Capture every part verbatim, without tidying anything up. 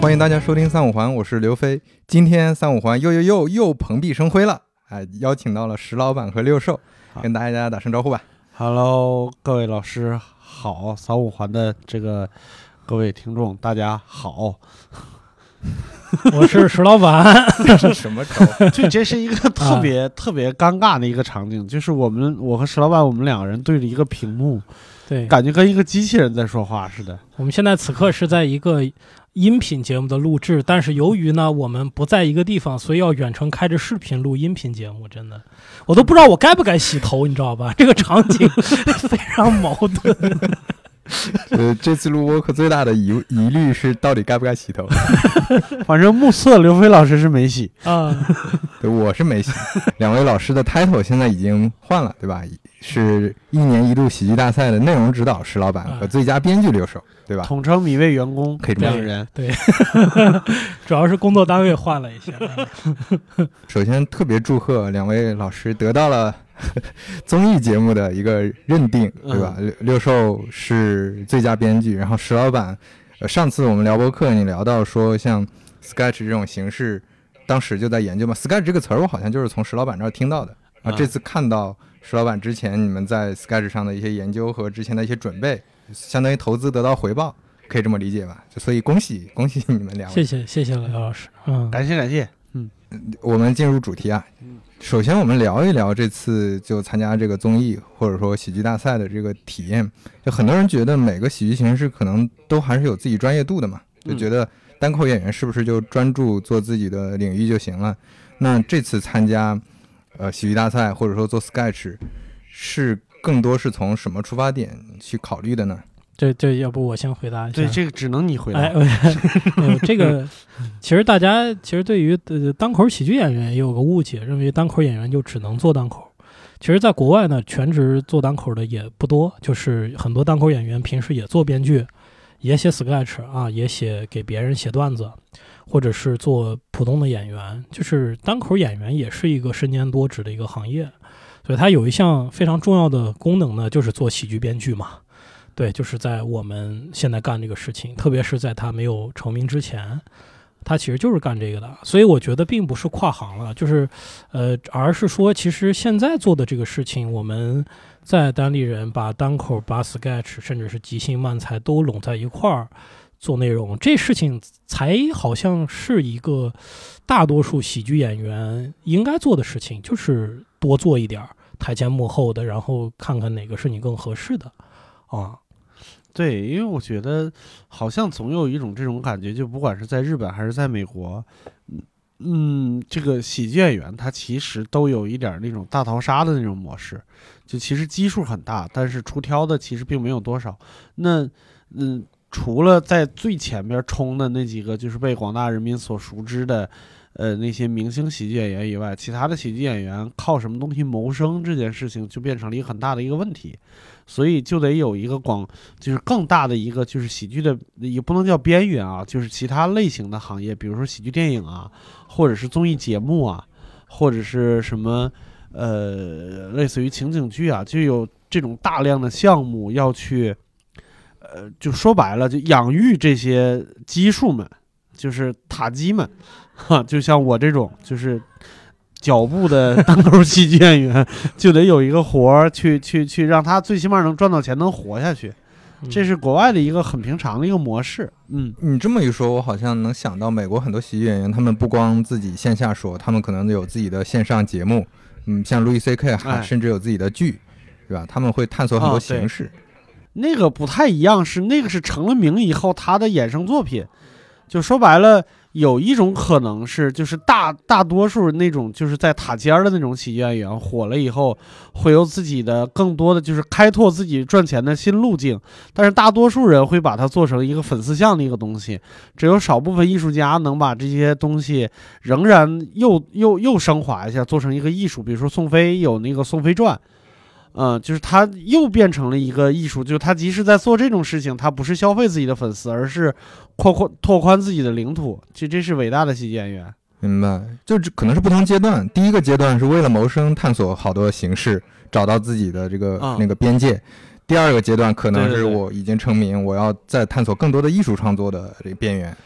欢迎大家收听三五环，我是刘飞。今天三五环又又又又蓬荜生辉了，哎，邀请到了石老板和六兽，跟大家打声招呼吧。 Hello， 各位老师好，三五环的这个各位听众大家好。 我是石老板。 这是什么招？ 就这是一个特别、啊、特别尴尬的一个场景，就是我们我和石老板我们两个人对着一个屏幕， 对， 感觉跟一个机器人在说话似的。 我们现在此刻是在一个音频节目的录制，但是由于呢我们不在一个地方，所以要远程开着视频录音频节目。真的，我都不知道我该不该洗头，你知道吧？这个场景非常矛盾。 呃，这次录播课最大的疑疑虑是到底该不该洗头。 反正目测刘飞老师是没洗啊， 对，我是没洗。两位老师的 title 现在已经换了，对吧？是一年一度喜剧大赛的内容指导石老板和最佳编剧六兽，对吧？ 统称米味员工， 可以这样人。 对，主要是工作单位换了一下。 首先特别祝贺两位老师得到了综艺节目的一个认定，对吧？嗯、六兽是最佳编剧，然后石老板，呃，上次我们聊播客，你聊到说像 sketch 这种形式，当时就在研究嘛。sketch 这个词儿，我好像就是从石老板这儿听到的。然后这次看到石老板之前你们在 sketch 上的一些研究和之前的一些准备，相当于投资得到回报，可以这么理解吧？所以恭喜恭喜你们两位！ 谢谢谢谢刘老师，嗯， 感谢感谢。嗯， 我们进入主题啊。首先我们聊一聊这次就参加这个综艺或者说喜剧大赛的这个体验。就很多人觉得每个喜剧形式可能都还是有自己专业度的嘛，就觉得单口演员是不是就专注做自己的领域就行了。那这次参加呃喜剧大赛或者说做 sketch 是更多是从什么出发点去考虑的呢？ 这这要不我先回答一下。 对，这个只能你回答。 哎，呃、这个其实大家其实对于、呃、单口喜剧演员也有个误解，认为单口演员就只能做单口。其实在国外呢，全职做单口的也不多，就是很多单口演员平时也做编剧，也写 sketch 啊，也写给别人写段子，或者是做普通的演员。就是单口演员也是一个身兼多职的一个行业，所以它有一项非常重要的功能呢，就是做喜剧编剧嘛。对，就是在我们现在干这个事情，特别是在他没有成名之前，他其实就是干这个的。所以我觉得并不是跨行了，就是呃，而是说其实现在做的这个事情，我们在单立人把单口、把 sketch 甚至是即兴漫才都拢在一块儿做内容，这事情才好像是一个大多数喜剧演员应该做的事情，就是多做一点台前幕后的，然后看看哪个是你更合适的啊。 对，因为我觉得好像总有一种这种感觉，就不管是在日本还是在美国，嗯，这个喜剧演员他其实都有一点那种大逃杀的那种模式，就其实基数很大，但是出挑的其实并没有多少。那嗯，除了在最前面冲的那几个就是被广大人民所熟知的呃那些明星喜剧演员以外，其他的喜剧演员靠什么东西谋生这件事情就变成了一个很大的一个问题。所以就得有一个广，就是更大的一个，就是喜剧的，也不能叫边缘啊，就是其他类型的行业，比如说喜剧电影啊，或者是综艺节目啊，或者是什么，呃，类似于情景剧啊，就有这种大量的项目要去，呃，就说白了，就养育这些基数们，就是塔基们，哈，就像我这种，就是。脚步的单口喜剧演员就得有一个活儿去去去让他最起码能赚到钱，能活下去，这是国外的一个很平常的一个模式。嗯， 你这么一说，我好像能想到美国很多喜剧演员，他们不光自己线下说，他们可能有自己的线上节目，嗯，像 Louis C K 还甚至有自己的剧，对吧？他们会探索很多形式。 哦、那个不太一样，是那个是成了名以后他的衍生作品，就说白了。有一种可能是，就是大大多数那种就是在塔尖的那种喜剧演员火了以后，会有自己的更多的就是开拓自己赚钱的新路径，但是大多数人会把它做成一个粉丝向的一个东西，只有少部分艺术家能把这些东西仍然又又又升华一下，做成一个艺术。比如说宋飞有那个宋飞传。嗯，就是他又变成了一个艺术，就是他即使在做这种事情，他不是消费自己的粉丝，而是扩扩拓宽自己的领土。其实这是伟大的喜剧演员。 明白，就可能是不同阶段。第一个阶段是为了谋生，探索好多形式，找到自己的这个、嗯、那个边界。第二个阶段可能是我已经成名，对对对，我要再探索更多的艺术创作的这个边缘。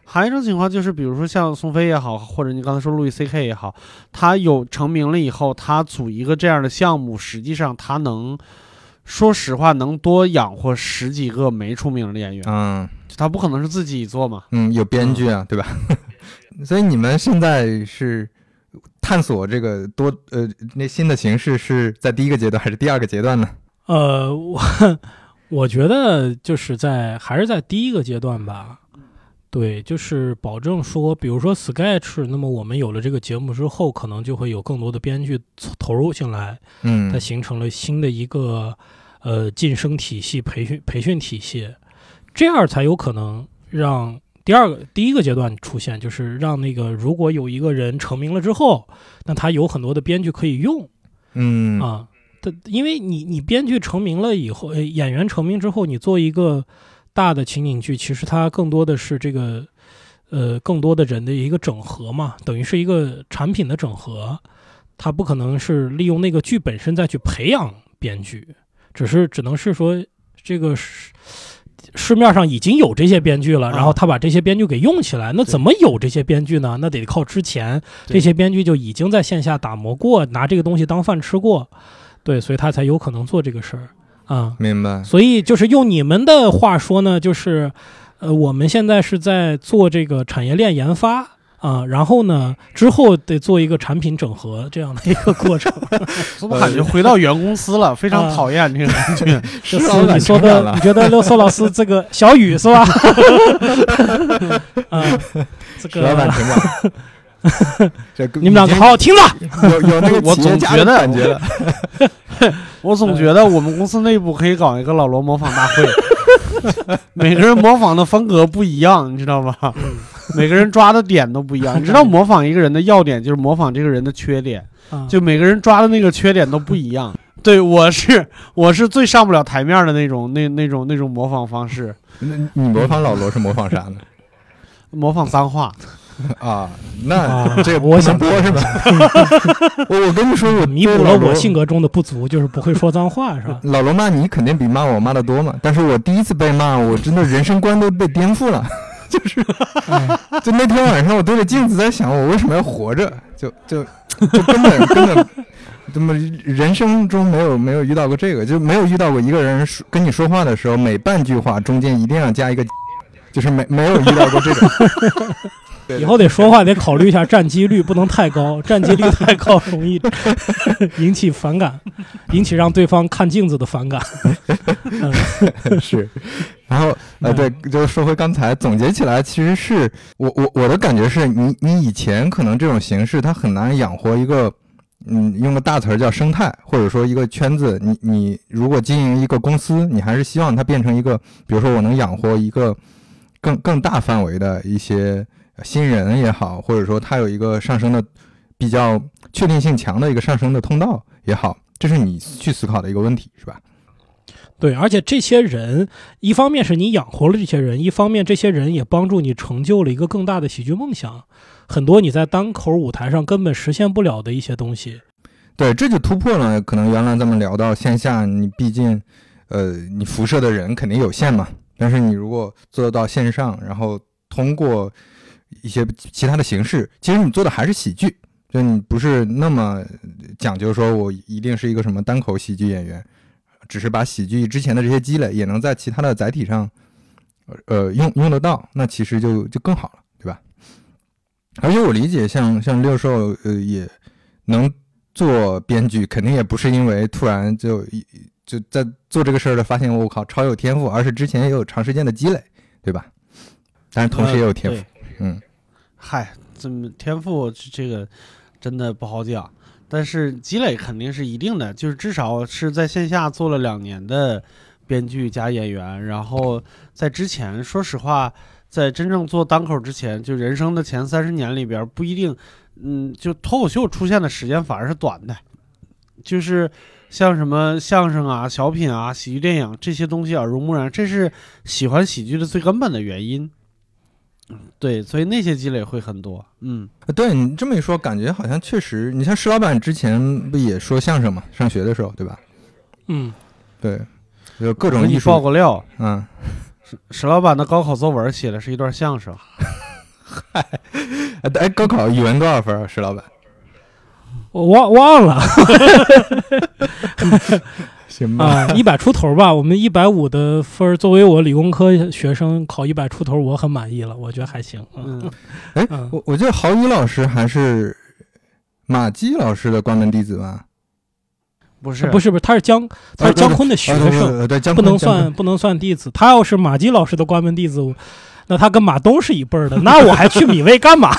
还有一种情况就是，比如说像宋飞也好，或者你刚才说路易 C K 也好，他有成名了以后，他组一个这样的项目，实际上他能，说实话，能多养活十几个没出名的演员。 嗯， 他不可能是自己做嘛。 嗯，有编剧啊，嗯、对吧？所以你们现在是探索这个多呃那新的形式是在第一个阶段还是第二个阶段呢？ 呃，我我觉得就是在还是在第一个阶段吧。对，就是保证说，比如说 Sketch， 那么我们有了这个节目之后，可能就会有更多的编剧投入进来， 嗯， 它形成了新的一个呃晋升体系、培训培训体系，这样才有可能让第二个第一个阶段出现，就是让那个如果有一个人成名了之后，那他有很多的编剧可以用， 嗯啊，因为你你编剧成名了以后，演员成名之后，你做一个大的情景剧，其实它更多的是这个，呃，更多的人的一个整合嘛，等于是一个产品的整合，它不可能是利用那个剧本身再去培养编剧，只是只能是说这个市面上已经有这些编剧了，然后他把这些编剧给用起来。那怎么有这些编剧呢？那得靠之前这些编剧就已经在线下打磨过，拿这个东西当饭吃过，对，所以他才有可能做这个事儿。啊， 明白。 所以就是用你们的话说呢，就是呃，我们现在是在做这个产业链研发啊，然后呢，之后得做一个产品整合这样的一个过程。 怎么感觉回到原公司了？非常讨厌这个感觉。 是你说的，你觉得六搜老师这个小雨是吧？啊，这个老板成长。 你们两个好好听着。 有有那个我总觉得感觉了。 我总觉得我们公司内部可以搞一个老罗模仿大会，每个人模仿的风格不一样，你知道吧？每个人抓的点都不一样。你知道模仿一个人的要点就是模仿这个人的缺点，就每个人抓的那个缺点都不一样。对，我是我是最上不了台面的那种那那种那种模仿方式。 那你模仿老罗是模仿啥呢？ 模仿脏话。 啊，那这个我想播是吧？我我跟你说，我弥补了我性格中的不足，就是不会说脏话，是吧？ 老罗骂你肯定比骂我骂的多嘛，但是我第一次被骂，我真的人生观都被颠覆了，就是，就那天晚上我对着镜子在想，我为什么要活着？就就就根本根本，怎么人生中没有没有遇到过这个，就没有遇到过一个人跟你说话的时候，每半句话中间一定要加一个，就是没没有遇到过这种。 以后得说话得考虑一下占机率，不能太高，占机率太高容易引起反感，引起让对方看镜子的反感。 嗯、是，然后呃，对，就说回刚才，总结起来，其实是我我我的感觉是你你以前可能这种形式它很难养活一个，嗯，用个大词儿叫生态，或者说一个圈子。你你如果经营一个公司，你还是希望它变成一个，比如说我能养活一个更更大范围的一些。新人也好，或者说他有一个上升的比较确定性强的一个上升的通道也好，这是你去思考的一个问题，是吧？ 对，而且这些人一方面是你养活了这些人，一方面这些人也帮助你成就了一个更大的喜剧梦想，很多你在单口舞台上根本实现不了的一些东西。 对，这就突破了可能原来咱们聊到线下，你毕竟呃你辐射的人肯定有限嘛，但是你如果做到线上，然后通过一些其他的形式，其实你做的还是喜剧，就你不是那么讲究说我一定是一个什么单口喜剧演员，只是把喜剧之前的这些积累也能在其他的载体上呃用用得到，那其实就就更好了，对吧？而且我理解像像六兽呃也能做编剧，肯定也不是因为突然就就在做这个事儿的发现我靠超有天赋，而是之前也有长时间的积累，对吧？但是同时也有天赋。呃嗯， 嗨，这么天赋这个真的不好讲，但是积累肯定是一定的，就是至少是在线下做了两年的编剧加演员，然后在之前，说实话，在真正做单口之前，就人生的前三十年里边，不一定，嗯，就脱口秀出现的时间反而是短的，就是像什么相声啊、小品啊、喜剧电影这些东西耳濡目染，这是喜欢喜剧的最根本的原因。对，所以那些积累会很多。嗯， 对你这么一说，感觉好像确实，你像石老板之前不也说相声嘛？上学的时候，对吧？ 嗯， 对，有各种艺术。 爆过料， 嗯， 石石老板的高考作文写的是一段相声。 嗨，哎，高考语文多少分啊，石老板？ 我忘忘了。 行吧， 啊，一百出头吧。我们一百五的分，作为我理工科学生考一百出头，我很满意了，我觉得还行。 嗯， 哎，我我记得郝宇老师还是马季老师的关门弟子吧？ 不是， 不是，不是，他是姜，他是姜昆的学生， 对， 不能算不能算弟子。他要是马季老师的关门弟子，那他跟马东是一辈儿的，那我还去米味干嘛？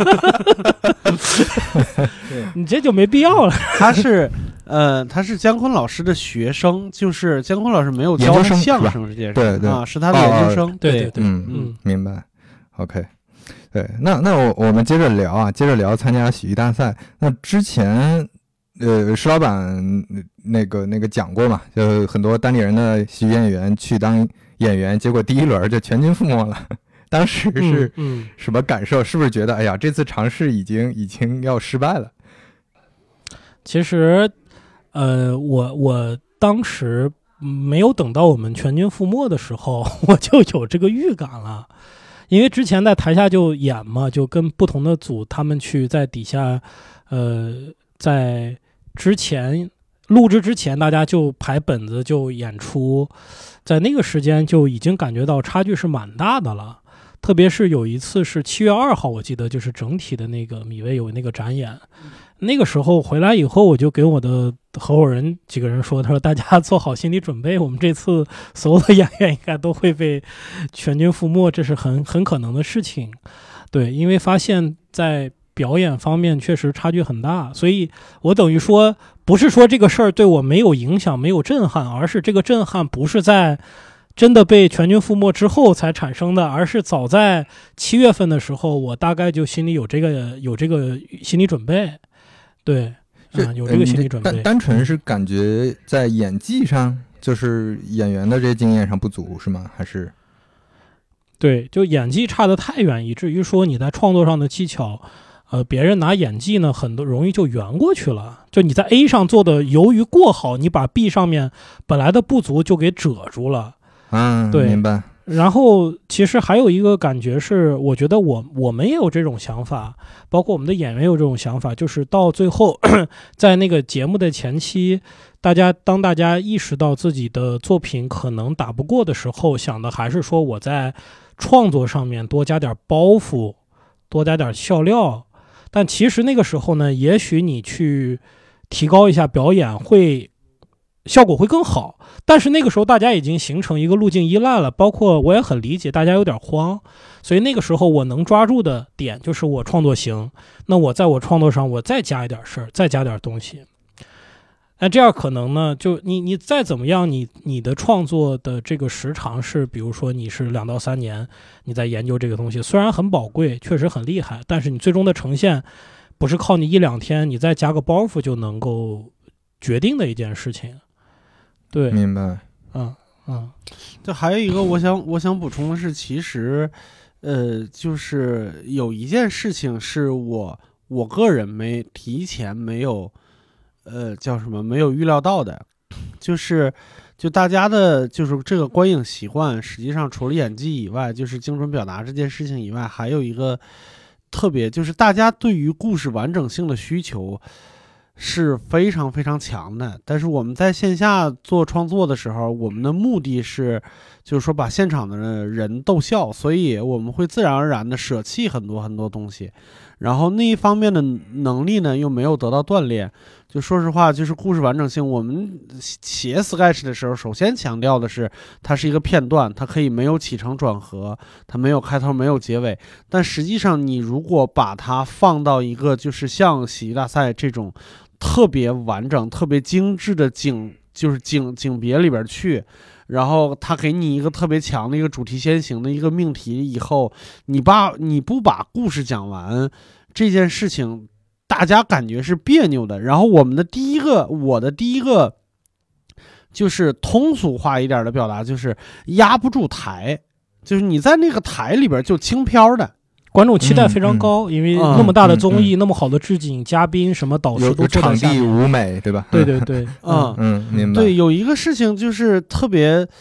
你这就没必要了。 他是呃，他是姜昆老师的学生，就是姜昆老师没有教他相声这件事， 对对啊，是他的研究生。 对对对， 嗯嗯，明白。OK， 对，那那我我们接着聊啊，接着聊参加喜剧大赛。那之前呃，石老板那个那个讲过嘛，就很多单立人的喜剧演员去当演员，结果第一轮就全军覆没了。当时是什么感受？嗯嗯、是不是觉得哎呀，这次尝试已经已经要失败了？ 其实，呃，我我当时没有等到我们全军覆没的时候，我就有这个预感了，因为之前在台下就演嘛，就跟不同的组他们去在底下，呃，在之前录制之前，大家就排本子就演出，在那个时间就已经感觉到差距是蛮大的了。特别是有一次是七月二号，我记得就是整体的那个米味有那个展演，那个时候回来以后，我就给我的合伙人几个人说，他说大家做好心理准备，我们这次所有的演员应该都会被全军覆没，这是很很可能的事情。对，因为发现在表演方面确实差距很大，所以我等于说不是说这个事儿对我没有影响没有震撼，而是这个震撼不是在真的被全军覆没之后才产生的，而是早在七月份的时候，我大概就心里有这个有这个心理准备。对，啊，有这个心理准备。 单单纯是感觉在演技上，就是演员的这些经验上不足，是吗？还是？ 对，就演技差得太远，以至于说你在创作上的技巧，呃，别人拿演技呢，很多容易就圆过去了。就你在 A 上做的由于过好，你把 B 上面本来的不足就给遮住了。 嗯， 对， 明白。 然后其实还有一个感觉是，我觉得我我们也有这种想法，包括我们的演员有这种想法，就是到最后在那个节目的前期，大家当大家意识到自己的作品可能打不过的时候，想的还是说我在创作上面多加点包袱，多加点笑料。但其实那个时候呢，也许你去提高一下表演会效果会更好，但是那个时候大家已经形成一个路径依赖了，包括我也很理解大家有点慌，所以那个时候我能抓住的点就是我创作行，那我在我创作上我再加一点事儿，再加点东西。那这样可能呢，就你你再怎么样，你你的创作的这个时长是，比如说你是两到三年，你在研究这个东西，虽然很宝贵，确实很厉害，但是你最终的呈现不是靠你一两天，你再加个包袱就能够决定的一件事情。对， 明白。 嗯嗯， 这还有一个我想我想补充的是，其实，呃，就是有一件事情是我我个人没提前没有，呃，叫什么没有预料到的，就是就大家的就是这个观影习惯，实际上除了演技以外，就是精准表达这件事情以外，还有一个特别就是大家对于故事完整性的需求是非常非常强的，但是我们在线下做创作的时候，我们的目的是就是说把现场的人逗笑，所以我们会自然而然的舍弃很多很多东西，然后那一方面的能力呢又没有得到锻炼。就说实话，就是故事完整性，我们写 sketch 的时候首先强调的是它是一个片段，它可以没有起承转合，它没有开头没有结尾，但实际上你如果把它放到一个就是像喜剧大赛这种特别完整特别精致的景就是景景别里边去，然后他给你一个特别强的一个主题先行的一个命题以后，你把你不把故事讲完这件事情大家感觉是别扭的。然后我们的第一个我的第一个就是通俗化一点的表达，就是压不住台，就是你在那个台里边就轻飘的， 观众期待非常高， 嗯、 因为那么大的综艺、 嗯嗯、 那么好的置景、嘉宾什么导师都场地舞美，对吧？ 对对对， 嗯嗯，明白。 对，有一个事情就是特别，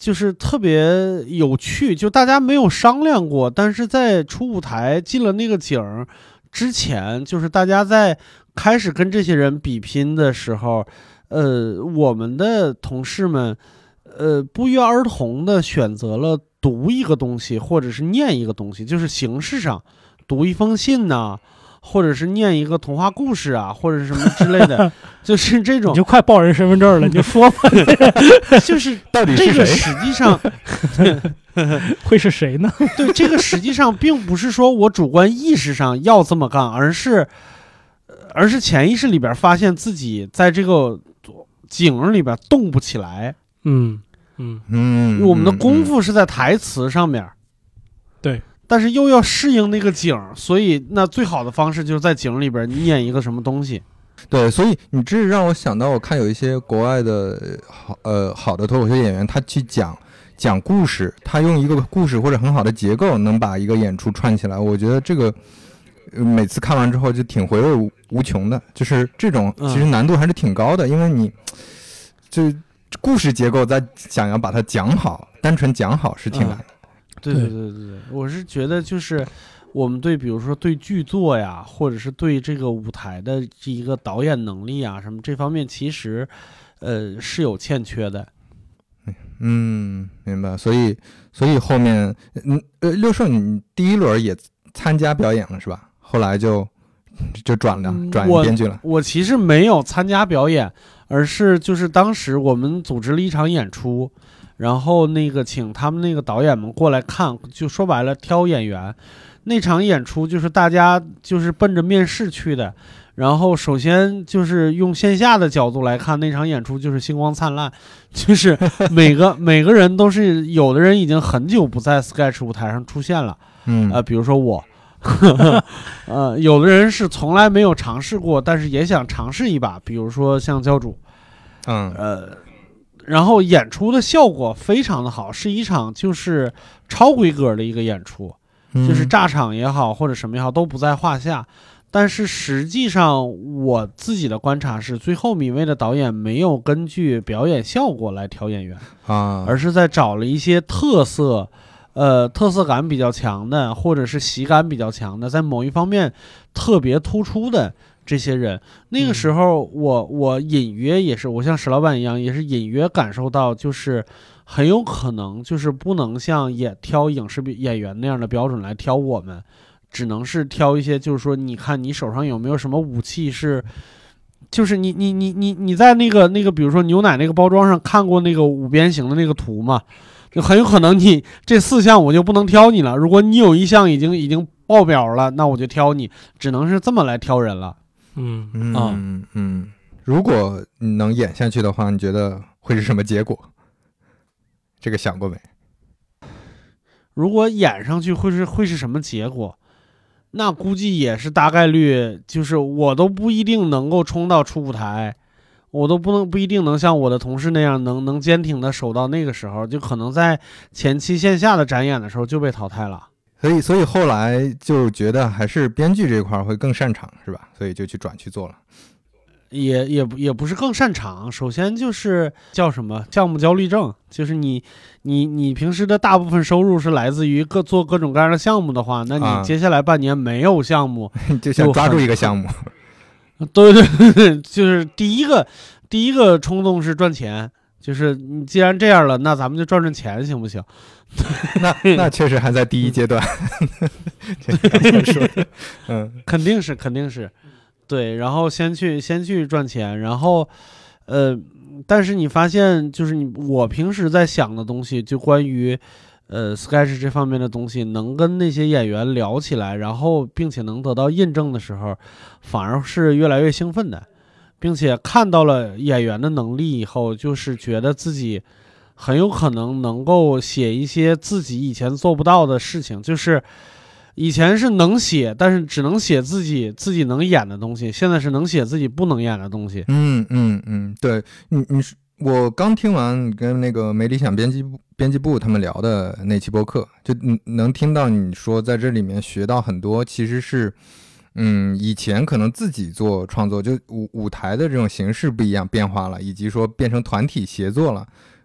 就是特别有趣，就大家没有商量过，但是在出舞台进了那个景儿之前，就是大家在开始跟这些人比拼的时候，呃，我们的同事们，呃，不约而同的选择了读一个东西，或者是念一个东西，就是形式上读一封信呐、啊。或者是念一个童话故事啊，或者是什么之类的，就是这种， 你就快报人身份证了，你就说吧， 就是到底是谁？ 这个实际上会是谁呢？ 对，这个实际上并不是说我主观意识上要这么干，而是，而是潜意识里边发现自己在这个景里边动不起来。 嗯嗯嗯， 我们的功夫是在台词上面， 对。 但是又要适应那个景，所以那最好的方式就是在景里边念一个什么东西。 对，所以你这让我想到，我看有一些国外的好呃好的脱口秀演员，他去讲讲故事，他用一个故事或者很好的结构，能把一个演出串起来。我觉得这个每次看完之后就挺回味无穷的，就是这种其实难度还是挺高的，嗯、因为你就故事结构再想要把它讲好，单纯讲好是挺难的。嗯对对对对对，我是觉得就是我们对比如说对剧作呀，或者是对这个舞台的这一个导演能力啊什么这方面，其实呃是有欠缺的。 嗯，明白。所以所以后面嗯呃六兽你第一轮也参加表演了是吧？后来就就转了转编剧了。 我我其实没有参加表演，而是就是当时我们组织了一场演出。然后那个请他们那个导演们过来看，就说白了挑演员。那场演出就是大家就是奔着面试去的。然后首先就是用线下的角度来看，那场演出就是星光灿烂，就是每个每个人都是，有的人已经很久不在 sketch 舞台上出现了， 嗯呃，比如说我，呃，有的人是从来没有尝试过，但是也想尝试一把，比如说像教主， 嗯呃。然后演出的效果非常的好，是一场就是超规格的一个演出， 嗯、 就是炸场也好或者什么也好都不在话下。但是实际上我自己的观察是，最后米未的导演没有根据表演效果来挑演员啊， 而是在找了一些特色呃特色感比较强的，或者是喜感比较强的，在某一方面特别突出的这些人。那个时候我我隐约也是，我像史老板一样，也是隐约感受到，就是很有可能就是不能像也挑影视演员那样的标准来挑我们，只能是挑一些，就是说你看你手上有没有什么武器是，就是你你你你你在那个那个比如说牛奶那个包装上看过那个五边形的那个图嘛，就很有可能你这四项我就不能挑你了，如果你有一项已经已经爆表了，那我就挑你，只能是这么来挑人了。 嗯嗯嗯嗯，如果你能演下去的话，你觉得会是什么结果？这个想过没？ 如果演上去会是会是什么结果？那估计也是大概率，就是我都不一定能够冲到初舞台，我都不能不一定能像我的同事那样能能坚挺的守到那个时候，就可能在前期线下的展演的时候就被淘汰了。 所以，所以后来就觉得还是编剧这块会更擅长，是吧？所以就去转去做了。 也也也不是更擅长，首先就是叫什么项目焦虑症，就是你你你平时的大部分收入是来自于各做各种各样的项目的话，那你接下来半年没有项目， 啊、就想抓住一个项目。 对对对，就是第一个第一个冲动是赚钱。就是你既然这样了，那咱们就赚赚钱行不行？ 那那确实还在第一阶段。说嗯， 肯定是肯定是，对。然后先去先去赚钱，然后呃，但是你发现就是你我平时在想的东西，就关于呃 sketch 这方面的东西，能跟那些演员聊起来，然后并且能得到印证的时候，反而是越来越兴奋的。并且看到了演员的能力以后，就是觉得自己很有可能能够写一些自己以前做不到的事情，就是以前是能写，但是只能写自己自己能演的东西，现在是能写自己不能演的东西。 嗯嗯嗯，对，你你我刚听完你跟那个没理想编辑部编辑部他们聊的那期播客，就能听到你说在这里面学到很多，其实是。嗯，以前可能自己做创作，就舞舞台的这种形式不一样，变化了，以及说变成团体协作了，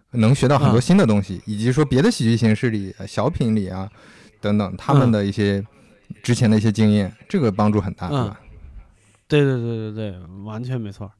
能学到很多新的东西，啊、以及说别的喜剧形式里、小品里啊等等他们的一些之前的一些经验，嗯、这个帮助很大，对吧？ 对对对对对，完全没错。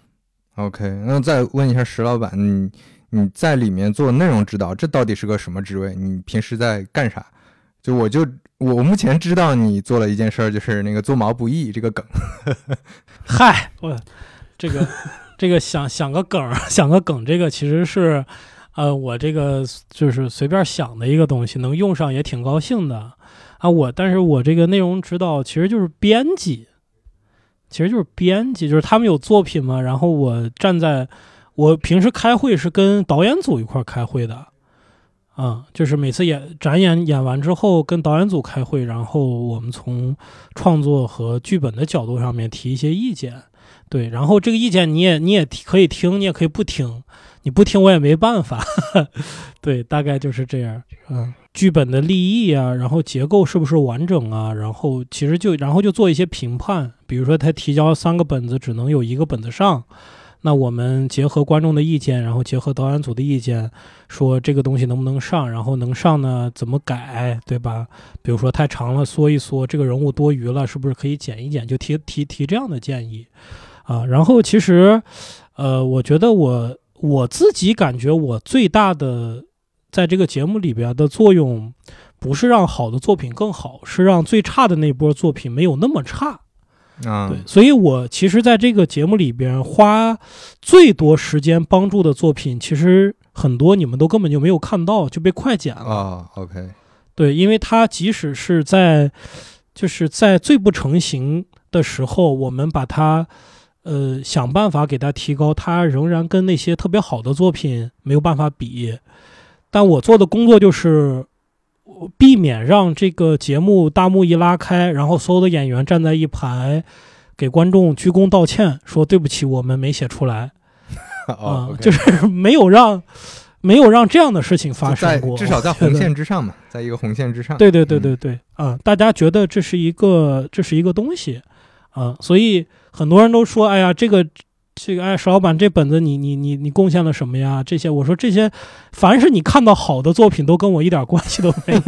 OK， 那再问一下石老板，你你在里面做内容指导，这到底是个什么职位？你平时在干啥？就我就我目前知道你做了一件事儿，就是那个做毛不易这个梗。 嗨，我这个这个想想个梗，想个梗，这个其实是呃我这个就是随便想的一个东西，能用上也挺高兴的啊。我但是我这个内容指导其实就是编辑。其实就是编辑，就是他们有作品嘛，然后我站在，我平时开会是跟导演组一块开会的，啊、嗯，就是每次演展演演完之后跟导演组开会，然后我们从创作和剧本的角度上面提一些意见，对，然后这个意见你也你也可以听，你也可以不听，你不听我也没办法，呵呵对，大概就是这样，嗯。剧本的立意啊，然后结构是不是完整啊，然后其实就然后就做一些评判，比如说他提交三个本子只能有一个本子上，那我们结合观众的意见，然后结合导演组的意见，说这个东西能不能上，然后能上呢怎么改，对吧？比如说太长了缩一缩，这个人物多余了是不是可以减一减，就提提提这样的建议啊。然后其实呃我觉得我我自己感觉我最大的在这个节目里边的作用，不是让好的作品更好，是让最差的那波作品没有那么差。 啊， 对，所以我其实在这个节目里边花最多时间帮助的作品，其实很多你们都根本就没有看到，就被快剪了。 啊 ，OK， 对，因为它即使是在就是在最不成型的时候，我们把它呃想办法给它提高，它仍然跟那些特别好的作品没有办法比。但我做的工作就是避免让这个节目大幕一拉开，然后所有的演员站在一排给观众鞠躬道歉，说对不起我们没写出来啊、 哦 okay 就是没有让没有让这样的事情发生过， 至少在红线之上嘛，在一个红线之上。 对对对对对、嗯、啊，大家觉得这是一个这是一个东西啊，所以很多人都说，哎呀，这个这个哎，石老板这本子你你你你贡献了什么呀？这些我说这些，凡是你看到好的作品，都跟我一点关系都没有。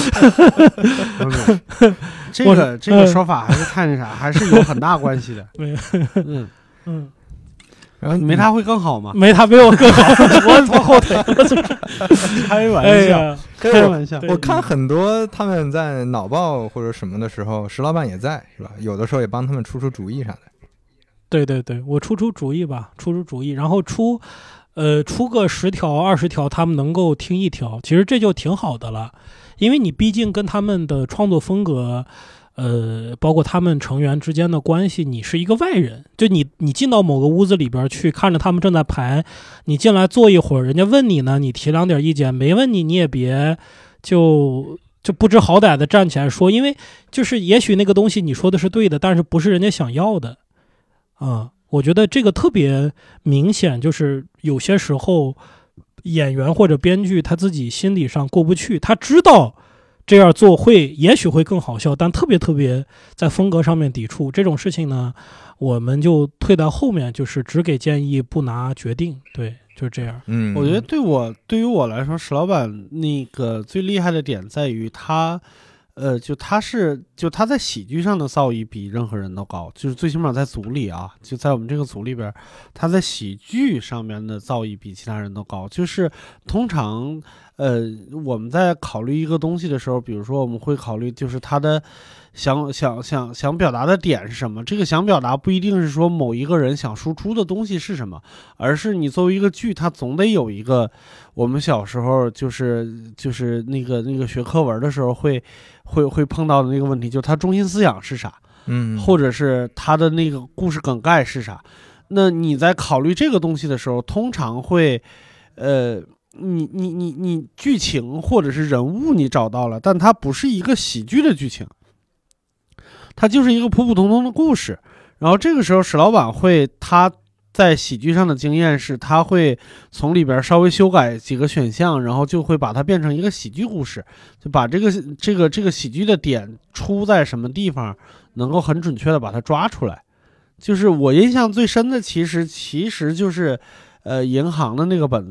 这个这个说法还是太那啥，还是有很大关系的。 没有， 嗯嗯， 然后没他会更好吗？ 没他没我更好，我拖后腿。 开玩笑， 哎、 开玩笑。 我看很多他们在脑报或者什么的时候，石老板也在，是吧？有的时候也帮他们出出主意啥的。 对对对，我出出主意吧，出出主意，然后出，呃，出个十条、二十条，他们能够听一条，其实这就挺好的了，因为你毕竟跟他们的创作风格，呃，包括他们成员之间的关系，你是一个外人，就你你进到某个屋子里边去，看着他们正在排，你进来坐一会儿，人家问你呢，你提两点意见，没问你你也别就。就不知好歹的站起来说，因为就是也许那个东西你说的是对的，但是不是人家想要的。啊、嗯，我觉得这个特别明显，就是有些时候演员或者编剧他自己心理上过不去，他知道这样做会也许会更好笑，但特别特别在风格上面抵触这种事情呢，我们就退到后面，就是只给建议不拿决定，对，就是这样。 嗯， 我觉得对我对于我来说，石老板那个最厉害的点在于他。呃，就他是，就他在喜剧上的造诣比任何人都高，就是最起码在组里啊，就在我们这个组里边，他在喜剧上面的造诣比其他人都高。就是通常，呃，我们在考虑一个东西的时候，比如说我们会考虑，就是他的想想想想表达的点是什么。这个想表达不一定是说某一个人想输出的东西是什么，而是你作为一个剧，它总得有一个。我们小时候就是就是那个那个学课文的时候会会会碰到的那个问题，就是它中心思想是啥， 嗯， 或者是它的那个故事梗概是啥。那你在考虑这个东西的时候，通常会，呃，你你你你剧情或者是人物你找到了，但它不是一个喜剧的剧情，它就是一个普普通通的故事。然后这个时候史老板会他。在喜剧上的经验是，他会从里边稍微修改几个选项，然后就会把它变成一个喜剧故事，就把这个这个这个喜剧的点出在什么地方，能够很准确的把它抓出来。就是我印象最深的，其实其实就是，呃，银行的那个本子，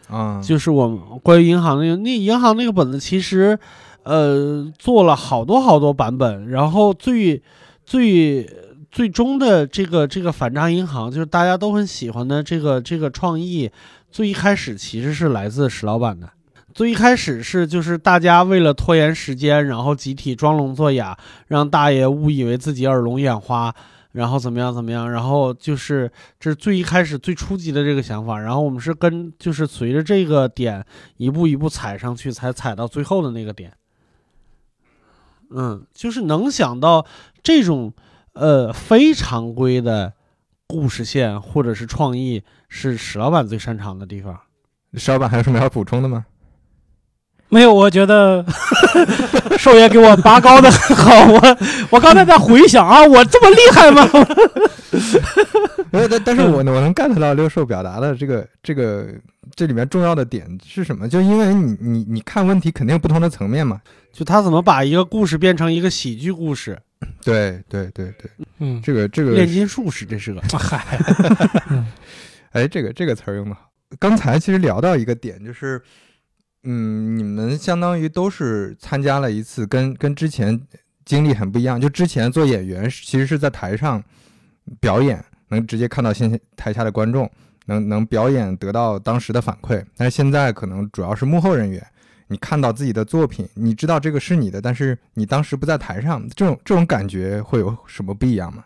啊， 就是我们关于银行那个那银行那个本子，其实呃做了好多好多版本，然后最最最终的这个这个反诈银行，就是大家都很喜欢的这个这个创意，最一开始其实是来自石老板的。最一开始是就是大家为了拖延时间，然后集体装聋作哑，让大爷误以为自己耳聋眼花，然后怎么样怎么样，然后就是这是最一开始最初级的这个想法，然后我们是跟就是随着这个点一步一步踩上去，才踩到最后的那个点。嗯，就是能想到这种呃非常规的故事线或者是创意，是史老板最擅长的地方。 石老板还有什么要补充的吗？ 没有，我觉得寿爷给我拔高的很好。我我刚才在回想啊，我这么厉害吗？ 但但是我我能 get 到六兽表达的这个这个这里面重要的点是什么？就因为你你你看问题肯定有不同的层面嘛， 就他怎么把一个故事变成一个喜剧故事。 对对对对， 嗯， 这个这个炼金术士，这是个嗨， 哎，这个这个词儿用的好。刚才其实聊到一个点，就是嗯，你们相当于都是参加了一次跟跟之前经历很不一样，就之前做演员其实是在台上表演，能直接看到现台下的观众，能能表演得到当时的反馈，但是现在可能主要是幕后人员，你看到自己的作品，你知道这个是你的，但是你当时不在台上，这种这种感觉会有什么不一样吗？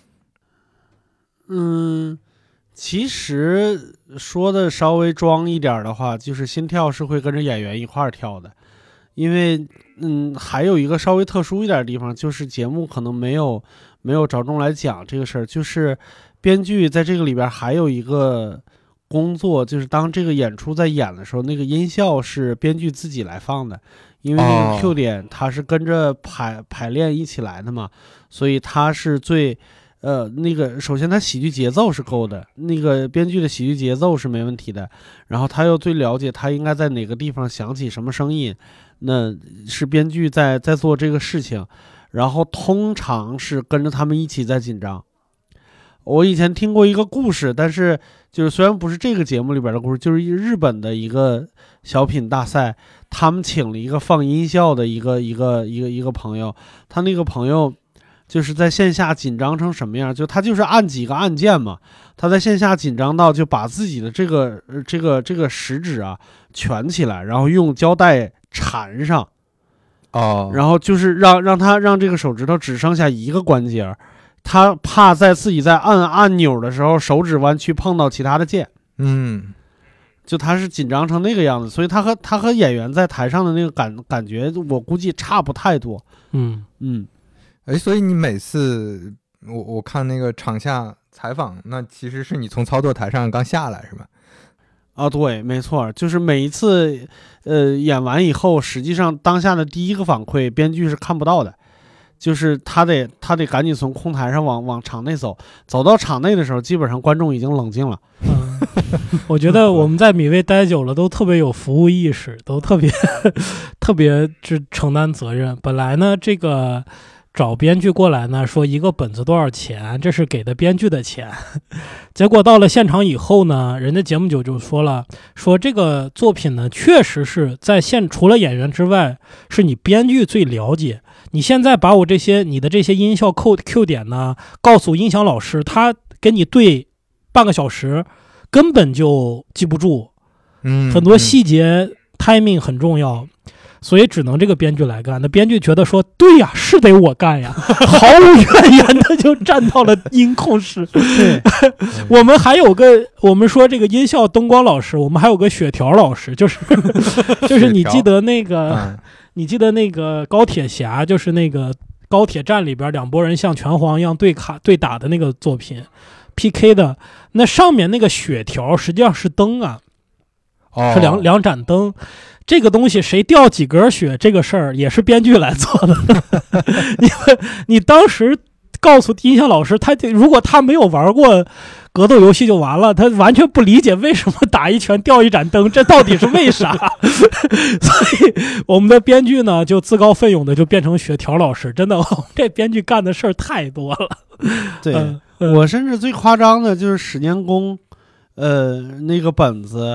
嗯，其实说的稍微装一点的话，就是心跳是会跟着演员一块儿跳的，因为嗯，还有一个稍微特殊一点的地方，就是节目可能没有没有着重来讲这个事儿，就是编剧在这个里边还有一个工作，就是当这个演出在演的时候，那个音效是编剧自己来放的，因为那个 Q 点它是跟着排排练一起来的嘛，所以它是最。呃，那个首先他喜剧节奏是够的，那个编剧的喜剧节奏是没问题的，然后他又最了解他应该在哪个地方响起什么声音，那是编剧在在做这个事情，然后通常是跟着他们一起在紧张。我以前听过一个故事，但是就是虽然不是这个节目里边的故事，就是日本的一个小品大赛，他们请了一个放音效的一个一个一个一个朋友，他那个朋友就是在线下紧张成什么样，就他就是按几个按键嘛，他在线下紧张到就把自己的这个呃这个这个食指啊蜷起来，然后用胶带缠上， 哦， 然后就是让让他让这个手指头只剩下一个关节，他怕在自己在按按钮的时候手指弯曲碰到其他的键， 嗯， 就他是紧张成那个样子，所以他和他和演员在台上的那个感感觉，我估计差不太多。 嗯嗯。 哎，所以你每次我我看那个场下采访，那其实是你从操作台上刚下来是吧？ 啊，对，没错，就是每一次呃演完以后，实际上当下的第一个反馈，编剧是看不到的，就是他得他得赶紧从空台上往往场内走，走到场内的时候，基本上观众已经冷静了。 嗯，我觉得我们在米味待久了，都特别有服务意识，都特别特别去承担责任。本来呢，这个。找编剧过来呢，说一个本子多少钱，这是给的编剧的钱。结果到了现场以后呢，人家节目组就说了，说这个作品呢，确实是在现除了演员之外，是你编剧最了解。你现在把我这些你的这些音效扣 Q 点呢，告诉音响老师，他给你对半个小时，根本就记不住。 嗯， 很多细节 timing 很重要。所以只能这个编剧来干。那编剧觉得说，对呀，是得我干呀，毫无怨言的就站到了音控室。对，我们还有个，我们说这个音效灯光老师，我们还有个血条老师，就是就是你记得那个，嗯、你记得那个高铁侠，就是那个高铁站里边两拨人像拳皇一样对卡对打的那个作品 P K 的，那上面那个血条实际上是灯啊， 哦、 是两两盏灯。这个东西谁掉几格血，这个事儿也是编剧来做的。因为你当时告诉音响老师，他如果他没有玩过格斗游戏就完了，他完全不理解为什么打一拳掉一盏灯，这到底是为啥？所以我们的编剧呢，就自告奋勇的就变成血条老师。真的，我们这编剧干的事儿太多了。 对、 嗯、 我甚至最夸张的就是史年宫，呃，那个本子。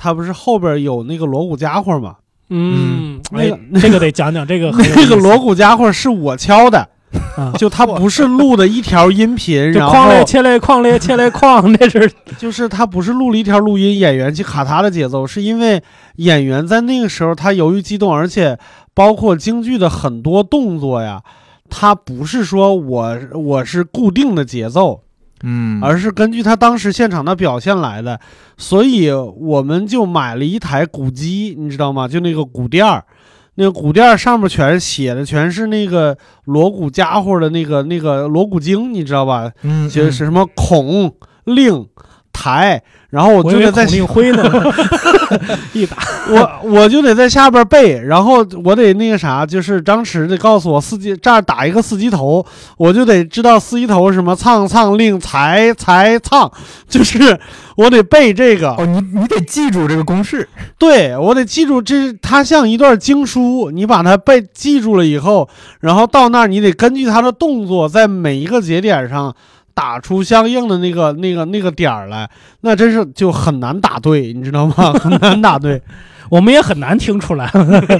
他不是后边有那个锣鼓家伙吗？ 嗯， 那个哎，这个得讲讲，这个那个锣鼓家伙是我敲的。 啊， 就它不是录的一条音频，然后就哐嘞切嘞哐嘞切嘞哐，那是就是它不是录了一条录音，演员去卡他的节奏，是因为演员在那个时候他由于激动，而且包括京剧的很多动作呀，它不是说我我是固定的节奏， 嗯， 而是根据他当时现场的表现来的，所以我们就买了一台鼓机，你知道吗？就那个鼓垫儿。那个鼓垫上面全写的全是那个锣鼓家伙的那个那个锣鼓经，你知道吧？ 嗯， 写的是什么孔令台，然后我就得在令徽呢，一打我我就得在下边背，然后我得那个啥，就是当时得告诉我四级这儿打一个四级头，我就得知道四级头什么唱唱令才才唱，就是我得背这个。 哦，你你得记住这个公式， 对，我得记住这，它像一段经书，你把它背记住了以后，然后到那儿你得根据它的动作，在每一个节点上打出相应的那个那个那个点儿来，那真是就很难打对，你知道吗？很难打对， 我们也很难听出来。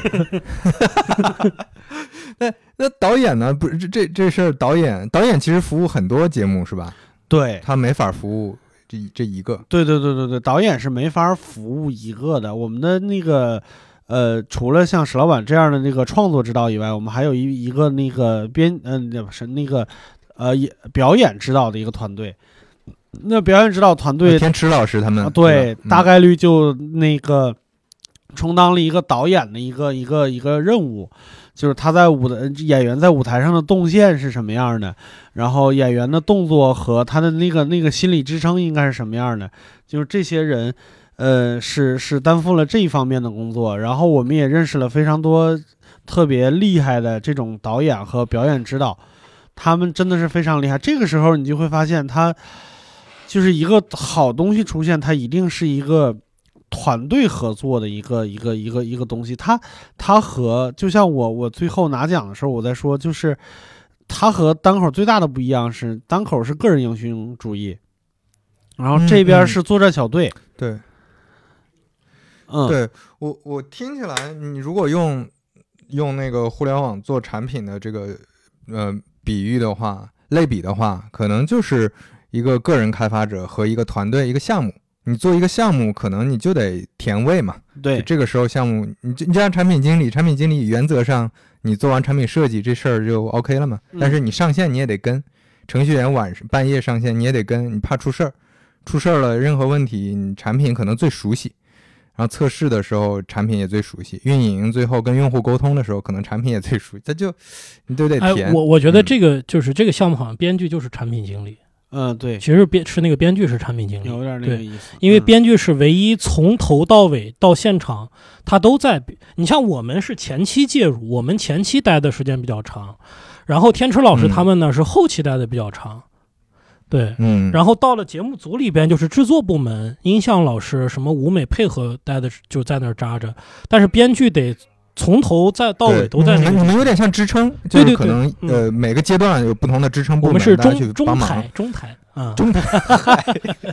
那那导演呢？不是这这这事儿，导演导演其实服务很多节目是吧？ 对， 他没法服务这这一个。 对对对对对，导演是没法服务一个的。我们的那个呃，除了像石老板这样的那个创作指导以外，我们还有一一个那个编呃是那个呃表演指导的一个团队。那表演指导团队， 天池老师他们， 啊、对、 嗯， 大概率就那个充当了一个导演的一个一个一个任务，就是他在舞的演员在舞台上的动线是什么样的，然后演员的动作和他的那个那个心理支撑应该是什么样的，就是这些人，呃，是是担负了这一方面的工作。然后我们也认识了非常多特别厉害的这种导演和表演指导，他们真的是非常厉害。这个时候你就会发现他。就是一个好东西出现，它一定是一个团队合作的一个一个一个一个东西。它它和就像我我最后拿奖的时候我在说，就是它和单口最大的不一样是，单口是个人英雄主义，然后这边是作战小队。 嗯、对， 嗯， 对我我听起来，你如果用用那个互联网做产品的这个呃比喻的话，类比的话，可能就是一个个人开发者和一个团队一个项目。你做一个项目，可能你就得填位嘛。 对， 这个时候项目你就你就像产品经理，产品经理原则上你做完产品设计这事儿就 OK 了嘛。但是你上线你也得跟，程序员晚上半夜上线你也得跟，你怕出事儿，出事儿了任何问题你产品可能最熟悉，然后测试的时候产品也最熟悉，运营最后跟用户沟通的时候可能产品也最熟悉，这就你都得填。 哎，我我觉得这个、嗯、就是这个项目好像编剧就是产品经理。 嗯，对， 其实编是那个编剧是产品经理， 有点那个意思。 因为编剧是唯一从头到尾到现场，他都在。你像我们是前期介入，我们前期待的时间比较长，然后天池老师他们呢、嗯、是后期待的比较长。对， 嗯， 然后到了节目组里边，就是制作部门、音像老师、什么舞美配合待的就在那儿扎着，但是编剧得。从头再到尾都在那个， 你们有点像支撑， 对对对， 就是可能呃每个阶段有不同的支撑部门， 我们是中中台中台啊中台。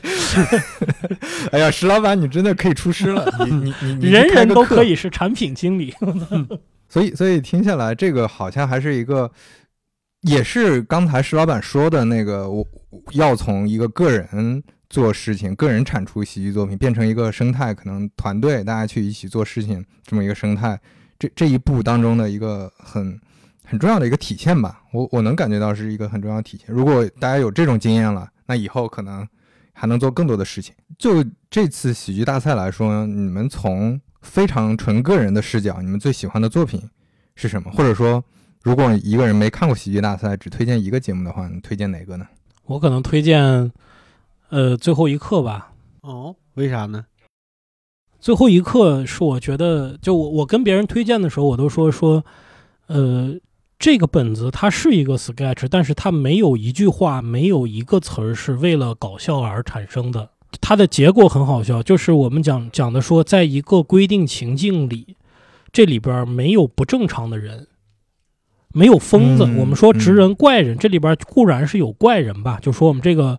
哎呀，石老板，你真的可以出师了，你你你你人人都可以是产品经理。 所以所以听下来，这个好像还是一个，也是刚才石老板说的那个，我要从一个个人做事情，个人产出喜剧作品，变成一个生态，可能团队大家去一起做事情，这么一个生态。这这一步当中的一个很很重要的一个体现吧，我我能感觉到是一个很重要的体现。如果大家有这种经验了，那以后可能还能做更多的事情。就这次喜剧大赛来说，你们从非常纯个人的视角，你们最喜欢的作品是什么？或者说，如果一个人没看过喜剧大赛，只推荐一个节目的话，你推荐哪个呢？ 我可能推荐，呃，最后一刻吧。 哦，为啥呢？ 最后一刻是我觉得，就我我跟别人推荐的时候，我都说说，呃，这个本子它是一个 sketch， 但是它没有一句话，没有一个词儿是为了搞笑而产生的。它的结果很好笑，就是我们讲讲的说，在一个规定情境里，这里边没有不正常的人，没有疯子。 嗯、 我们说直人怪人、嗯，这里边固然是有怪人吧，就说我们这个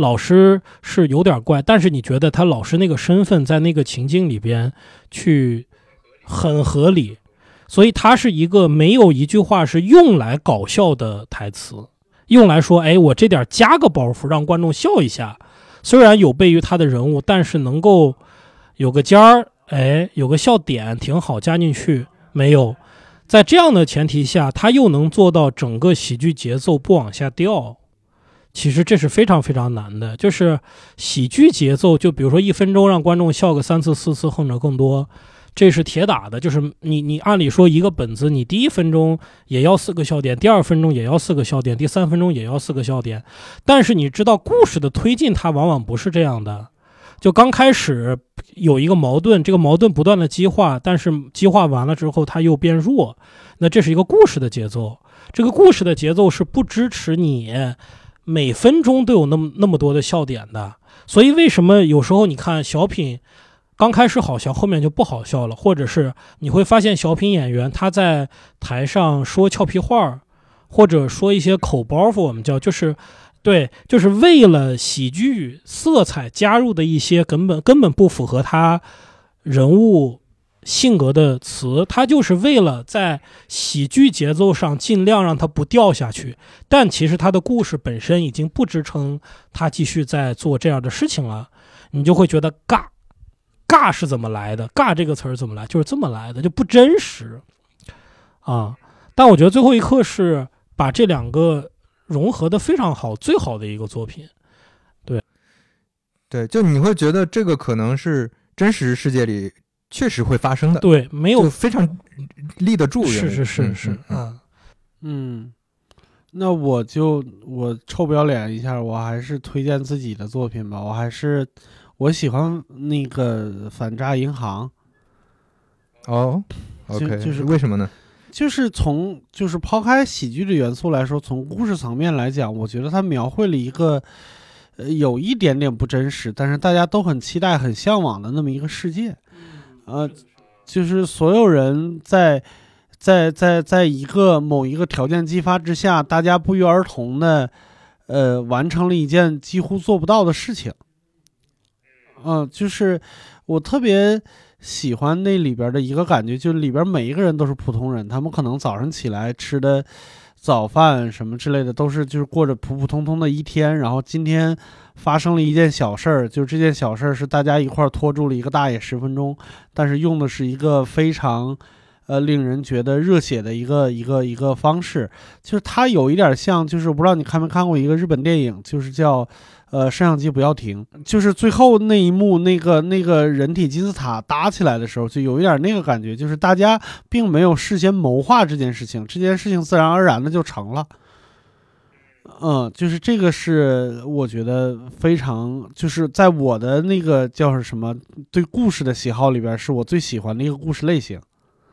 老师是有点怪，但是你觉得他老师那个身份在那个情境里边去很合理，所以他是一个没有一句话是用来搞笑的台词，用来说哎我这点加个包袱让观众笑一下，虽然有悖于他的人物，但是能够有个尖儿，哎有个笑点挺好加进去，没有。在这样的前提下，他又能做到整个喜剧节奏不往下掉，其实这是非常非常难的。就是喜剧节奏，就比如说一分钟让观众笑个三次四次或者更多，这是铁打的。就是你你按理说一个本子，你第一分钟也要四个笑点，第二分钟也要四个笑点，第三分钟也要四个笑点，但是你知道故事的推进它往往不是这样的。就刚开始有一个矛盾，这个矛盾不断的激化，但是激化完了之后它又变弱，那这是一个故事的节奏。这个故事的节奏是不支持你每分钟都有那么那么多的笑点的。所以为什么有时候你看小品刚开始好笑，后面就不好笑了，或者是你会发现小品演员他在台上说俏皮话，或者说一些口包袱，我们叫就是对，就是为了喜剧色彩加入的一些根本根本不符合他人物性格的词，他就是为了在喜剧节奏上尽量让他不掉下去，但其实他的故事本身已经不支撑他继续在做这样的事情了，你就会觉得尬。尬是怎么来的？尬这个词儿怎么来？就是这么来的，就不真实啊。但我觉得最后一刻是把这两个融合的非常好，最好的一个作品。对， 对，就你会觉得这个可能是真实世界里确实会发生的， 对，没有非常立得住。 是是是是， 嗯啊， 嗯，那我就我臭不要脸一下，我还是推荐自己的作品吧。我还是我喜欢那个反诈银行。 哦 ，OK， 就就是为什么呢？ 就是从就是抛开喜剧的元素来说，从故事层面来讲，我觉得它描绘了一个呃有一点点不真实，但是大家都很期待、很向往的那么一个世界。呃，就是所有人在在在在一个某一个条件激发之下，大家不约而同的呃完成了一件几乎做不到的事情。嗯、呃，就是我特别喜欢那里边的一个感觉，就里边每一个人都是普通人，他们可能早上起来吃的早饭什么之类的都是就是过着普普通通的一天，然后今天发生了一件小事儿，就这件小事儿是大家一块拖住了一个大爷十分钟，但是用的是一个非常呃令人觉得热血的一个一个一个方式，就是它有一点像，就是我不知道你看没看过一个日本电影，就是叫呃，摄像机不要停，就是最后那一幕，那个那个人体金字塔搭起来的时候，就有一点那个感觉，就是大家并没有事先谋划这件事情，这件事情自然而然的就成了。嗯，就是这个是我觉得非常，就是在我的那个叫是什么对故事的喜好里边，是我最喜欢的一个故事类型。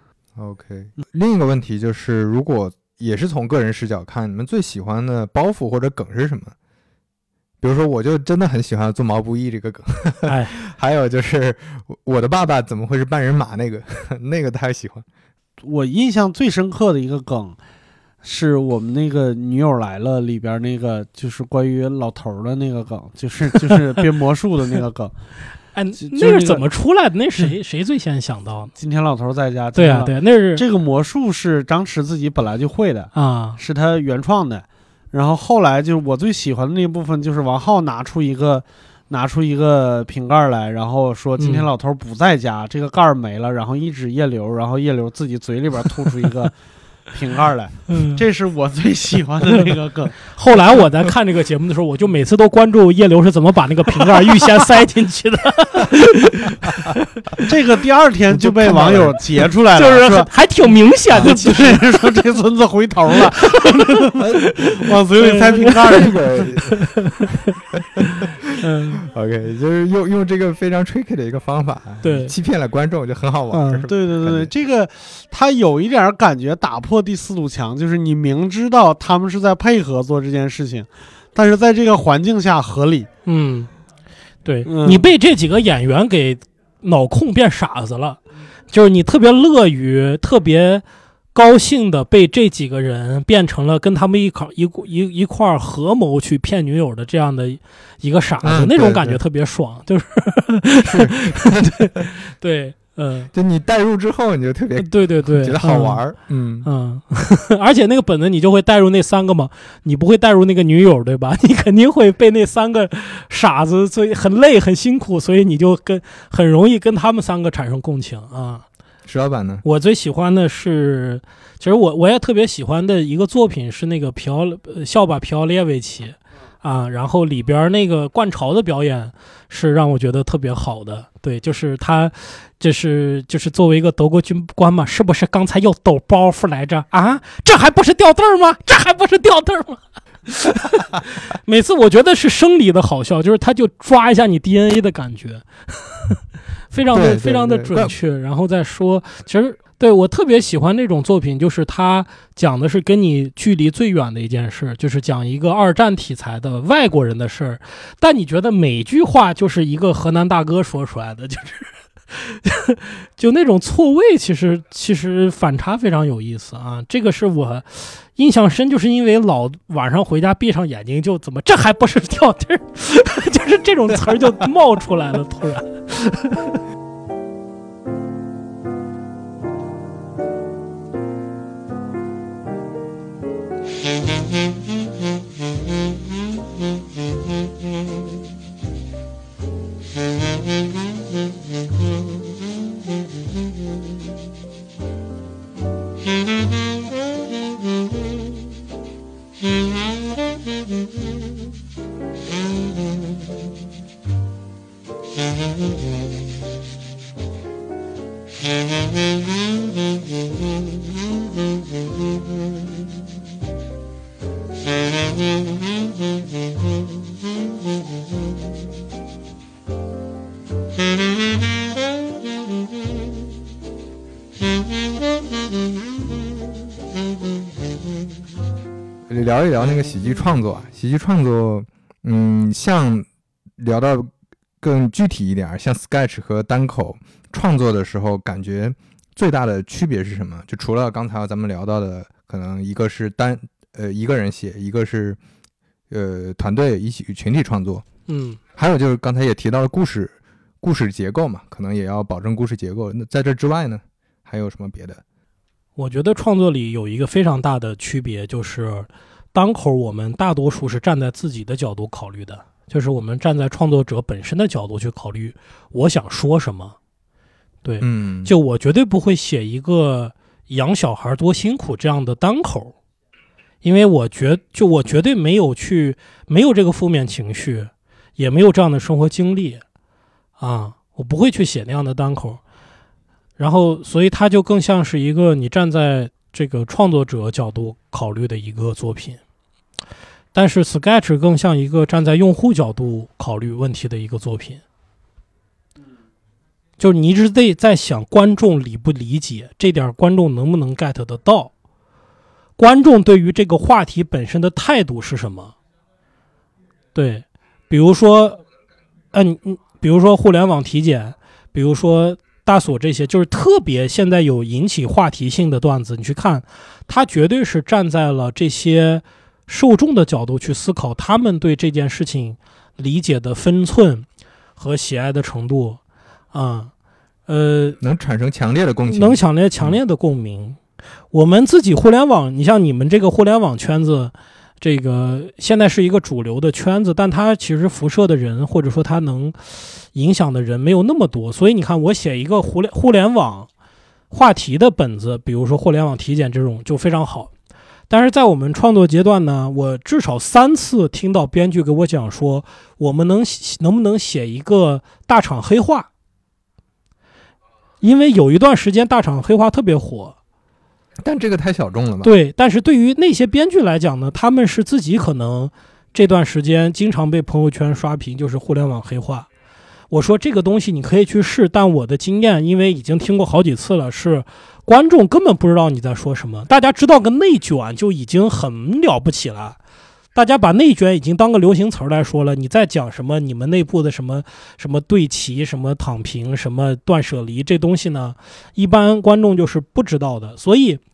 OK， 另一个问题就是，如果也是从个人视角看，你们最喜欢的包袱或者梗是什么？比如说，我就真的很喜欢做毛不易这个梗， 哎， 还有就是我的爸爸怎么会是半人马那个，那个太喜欢。 我印象最深刻的一个梗，是我们那个女友来了里边那个，就是关于老头的那个梗，就是就是变魔术的那个梗。 哎， 就那是怎么出来的？那谁谁最先想到呢？ 今天老头在家。 对啊，对啊，那是这个魔术是张弛自己本来就会的啊， 是他原创的。然后后来就是我最喜欢的那部分，就是王浩拿出一个拿出一个瓶盖来，然后说今天老头不在家，嗯、这个盖没了，然后一指叶流，然后叶流自己嘴里边吐出一个瓶盖来，嗯，这是我最喜欢的那个梗。 后来我在看这个节目的时候，我就每次都关注叶流是怎么把那个瓶盖预先塞进去的。 这个第二天就被网友截出来了， 就是还挺明显的。 其实说这孙子回头了，往嘴里塞瓶盖。 这个嗯 ，OK， 就是用用这个非常 tricky 的一个方法， 对， 欺骗了观众就很好玩。 嗯、 对对对，这个他有一点感觉打破第四堵墙，就是你明知道他们是在配合做这件事情，但是在这个环境下合理。 嗯，对、 嗯、 你被这几个演员给脑控变傻子了，就是你特别乐于特别高兴的被这几个人变成了跟他们一块一一一块合谋去骗女友的这样的一个傻子， 嗯、 那种感觉特别爽，就是对对。嗯， 就你代入之后，你就特别对对对， 觉得好玩儿，嗯嗯，嗯而且那个本子你就会带入那三个嘛，你不会带入那个女友对吧？你肯定会被那三个傻子，所以很累很辛苦，所以你就跟很容易跟他们三个产生共情啊。 石老板呢？ 我最喜欢的是，其实我我也特别喜欢的一个作品是那个皮奥校霸皮奥列维奇。啊，然后里边那个冠潮的表演是让我觉得特别好的，对，就是他，就是就是作为一个德国军官嘛，是不是刚才又抖包袱来着啊？这还不是掉凳吗？这还不是掉凳吗？每次我觉得是生理的好笑，就是他就抓一下你 D N A 的感觉，非常的非常的准确，然后再说，其实。对，我特别喜欢那种作品，就是他讲的是跟你距离最远的一件事，就是讲一个二战题材的外国人的事儿，但你觉得每句话就是一个河南大哥说出来的，就是就那种错位，其实其实反差非常有意思啊。这个是我印象深，就是因为老晚上回家闭上眼睛就怎么这还不是掉地儿，就是这种词儿就冒出来了，突然。 聊一聊那个喜剧创作，喜剧创作，嗯，像聊到更具体一点，像 sketch 和单口创作的时候，感觉最大的区别是什么？就除了刚才咱们聊到的，可能一个是单呃一个人写，一个是呃团队一起群体创作， 嗯， 还有就是刚才也提到了故事故事结构嘛，可能也要保证故事结构。那在这之外呢，还有什么别的？ 我觉得创作里有一个非常大的区别，就是单口我们大多数是站在自己的角度考虑的，就是我们站在创作者本身的角度去考虑我想说什么。对， 嗯， 就我绝对不会写一个养小孩多辛苦这样的单口，因为我觉就我绝对没有去没有这个负面情绪，也没有这样的生活经历啊，我不会去写那样的单口。然后所以它就更像是一个你站在这个创作者角度考虑的一个作品，但是 sketch 更像一个站在用户角度考虑问题的一个作品，就是你一直得在想观众理不理解这点，观众能不能 get 得到，观众对于这个话题本身的态度是什么。对，比如说嗯、呃，比如说互联网体检，比如说大锁，这些就是特别现在有引起话题性的段子，你去看他绝对是站在了这些受众的角度去思考他们对这件事情理解的分寸和喜爱的程度啊、嗯，呃， 能产生强烈的共情， 能强烈强烈的共鸣。我们自己互联网，你像你们这个互联网圈子，这个现在是一个主流的圈子，但它其实辐射的人或者说它能影响的人没有那么多，所以你看我写一个互联互联网话题的本子，比如说互联网体检这种就非常好。但是在我们创作阶段呢，我至少三次听到编剧给我讲说，我们能能不能写一个大厂黑话，因为有一段时间大厂黑话特别火。 但这个太小众了吧？ 对，但是对于那些编剧来讲呢，他们是自己可能这段时间经常被朋友圈刷屏，就是互联网黑话。我说这个东西你可以去试，但我的经验，因为已经听过好几次了，是观众根本不知道你在说什么。大家知道个内卷就已经很了不起了，大家把内卷已经当个流行词来说了。你在讲什么？你们内部的什么什么对齐、什么躺平、什么断舍离，这东西呢，一般观众就是不知道的。所以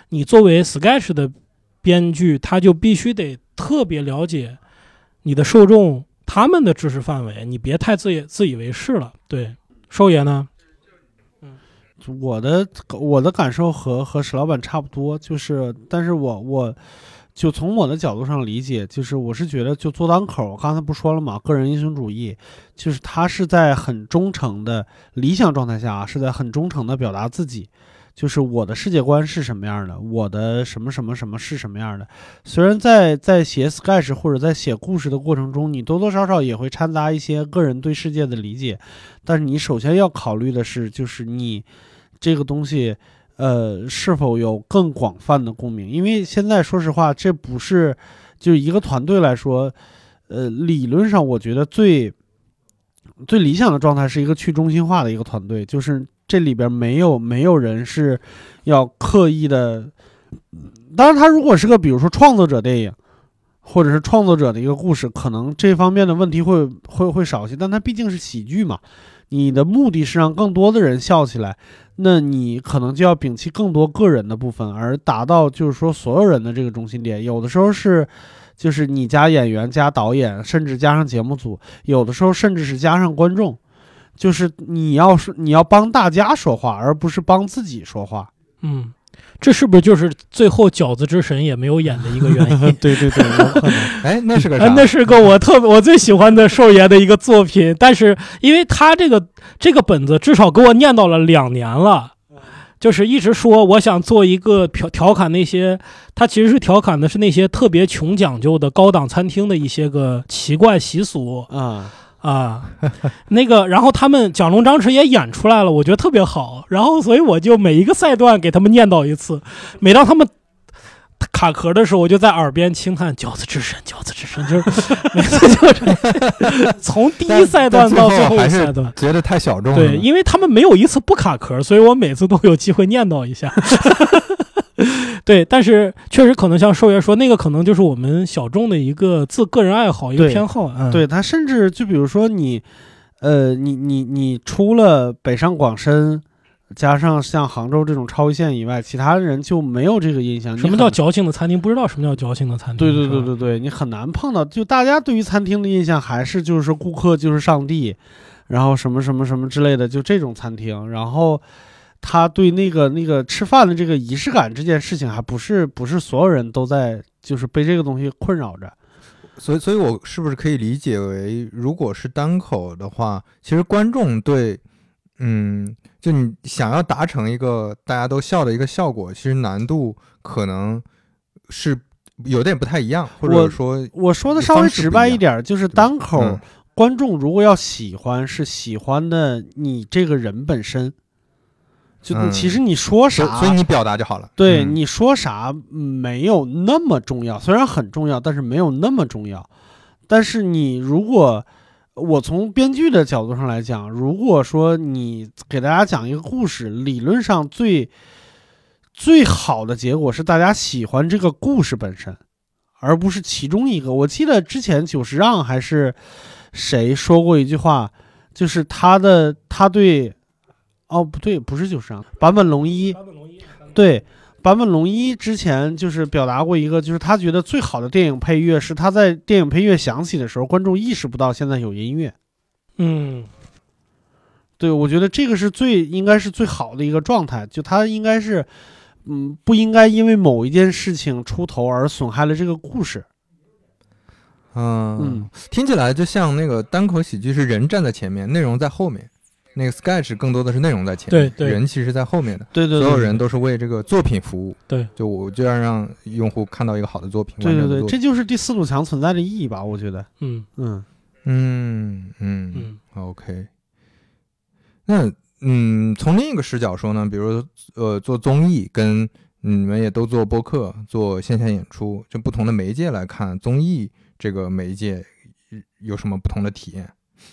你作为 sketch 的编剧，他就必须得特别了解你的受众他们的知识范围，你别太自以自以为是了。对，寿爷呢？ 我的我的感受和和史老板差不多，就是但是我我就从我的角度上理解，就是我是觉得就做单口，我刚才不说了嘛，个人英雄主义，就是他是在很忠诚的理想状态下，是在很忠诚的表达自己。就是我的世界观是什么样的，我的什么什么什么是什么样的。虽然在在写 sketch 或者在写故事的过程中，你多多少少也会掺杂一些个人对世界的理解，但是你首先要考虑的是，就是你这个东西，呃，是否有更广泛的共鸣？因为现在说实话，这不是就是一个团队来说，呃，理论上我觉得最最理想的状态是一个去中心化的一个团队，就是这里边没有没有人是要刻意的。当然，他如果是个比如说创作者电影，或者是创作者的一个故事，可能这方面的问题会会会少些。但它毕竟是喜剧嘛，你的目的是让更多的人笑起来，那你可能就要摒弃更多个人的部分，而达到就是说所有人的这个中心点。有的时候是就是你加演员加导演，甚至加上节目组，有的时候甚至是加上观众。就是你要是你要帮大家说话，而不是帮自己说话。 嗯，这是不是就是最后饺子之神也没有演的一个原因？ 对对对，有可能。 哎，那是个啥？ 那是个我特别我最喜欢的寿爷的一个作品，但是因为他这个这个本子至少给我念叨了两年了。就是一直说我想做一个调调侃那些，他其实是调侃的是那些特别穷讲究的高档餐厅的一些个奇怪习俗啊。 啊，那个，然后他们蒋龙、张弛也演出来了，我觉得特别好。然后，所以我就每一个赛段给他们念叨一次。每当他们卡壳的时候，我就在耳边轻叹“饺子之神，饺子之神”，就是每次就是从第一赛段到最后一赛段， 觉得太小众了。 对，因为他们没有一次不卡壳，所以我每次都有机会念叨一下。对，但是确实可能像寿爷说，那个可能就是我们小众的一个自个人爱好，一个偏好。嗯、 对他甚至就比如说你，呃，你你你除了北上广深，加上像杭州这种超一线以外，其他人就没有这个印象。 什么叫矫情的餐厅？不知道什么叫矫情的餐厅。 对对对对对，你很难碰到。就大家对于餐厅的印象还是就是说顾客就是上帝，然后什么什么什么之类的，就这种餐厅，然后。他对那个那个吃饭的这个仪式感这件事情，还不是不是所有人都在就是被这个东西困扰着， 所以所以我是不是可以理解为，如果是单口的话，其实观众对，嗯，就你想要达成一个大家都笑的一个效果，其实难度可能是有点不太一样，或者说我我说的稍微直白一点，就是单口、 嗯、 观众如果要喜欢，是喜欢的你这个人本身。就其实你说啥、 嗯、所以你表达就好了。 对、 嗯、 你说啥没有那么重要，虽然很重要，但是没有那么重要。但是你如果我从编剧的角度上来讲，如果说你给大家讲一个故事，理论上最最好的结果是大家喜欢这个故事本身，而不是其中一个。我记得之前久石让还是谁说过一句话，就是他的他对哦，不对，不是久石让，坂本龙一，对，坂本龙一之前就是表达过一个，就是他觉得最好的电影配乐是他在电影配乐响起的时候，观众意识不到现在有音乐。 嗯， 对，我觉得这个是最应该是最好的一个状态，就他应该是，嗯，不应该因为某一件事情出头而损害了这个故事。 嗯嗯，听起来就像那个单口喜剧是人站在前面，内容在后面。那个 sketch 更多的是内容在前面， 对对， 人其实在后面的， 对对对， 所有人都是为这个作品服务， 对， 就我就要让用户看到一个好的作品， 对对对，这就是第四堵墙存在的意义吧，我觉得， 嗯嗯嗯嗯嗯 ，OK， 那嗯，从另一个视角说呢，比如呃做综艺，跟你们也都做播客，做线下演出，就不同的媒介来看，综艺这个媒介有什么不同的体验？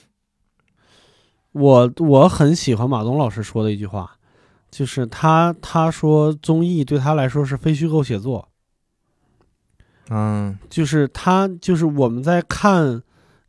我我很喜欢马东老师说的一句话，就是他他说综艺对他来说是非虚构写作， 嗯， 就是他就是我们在看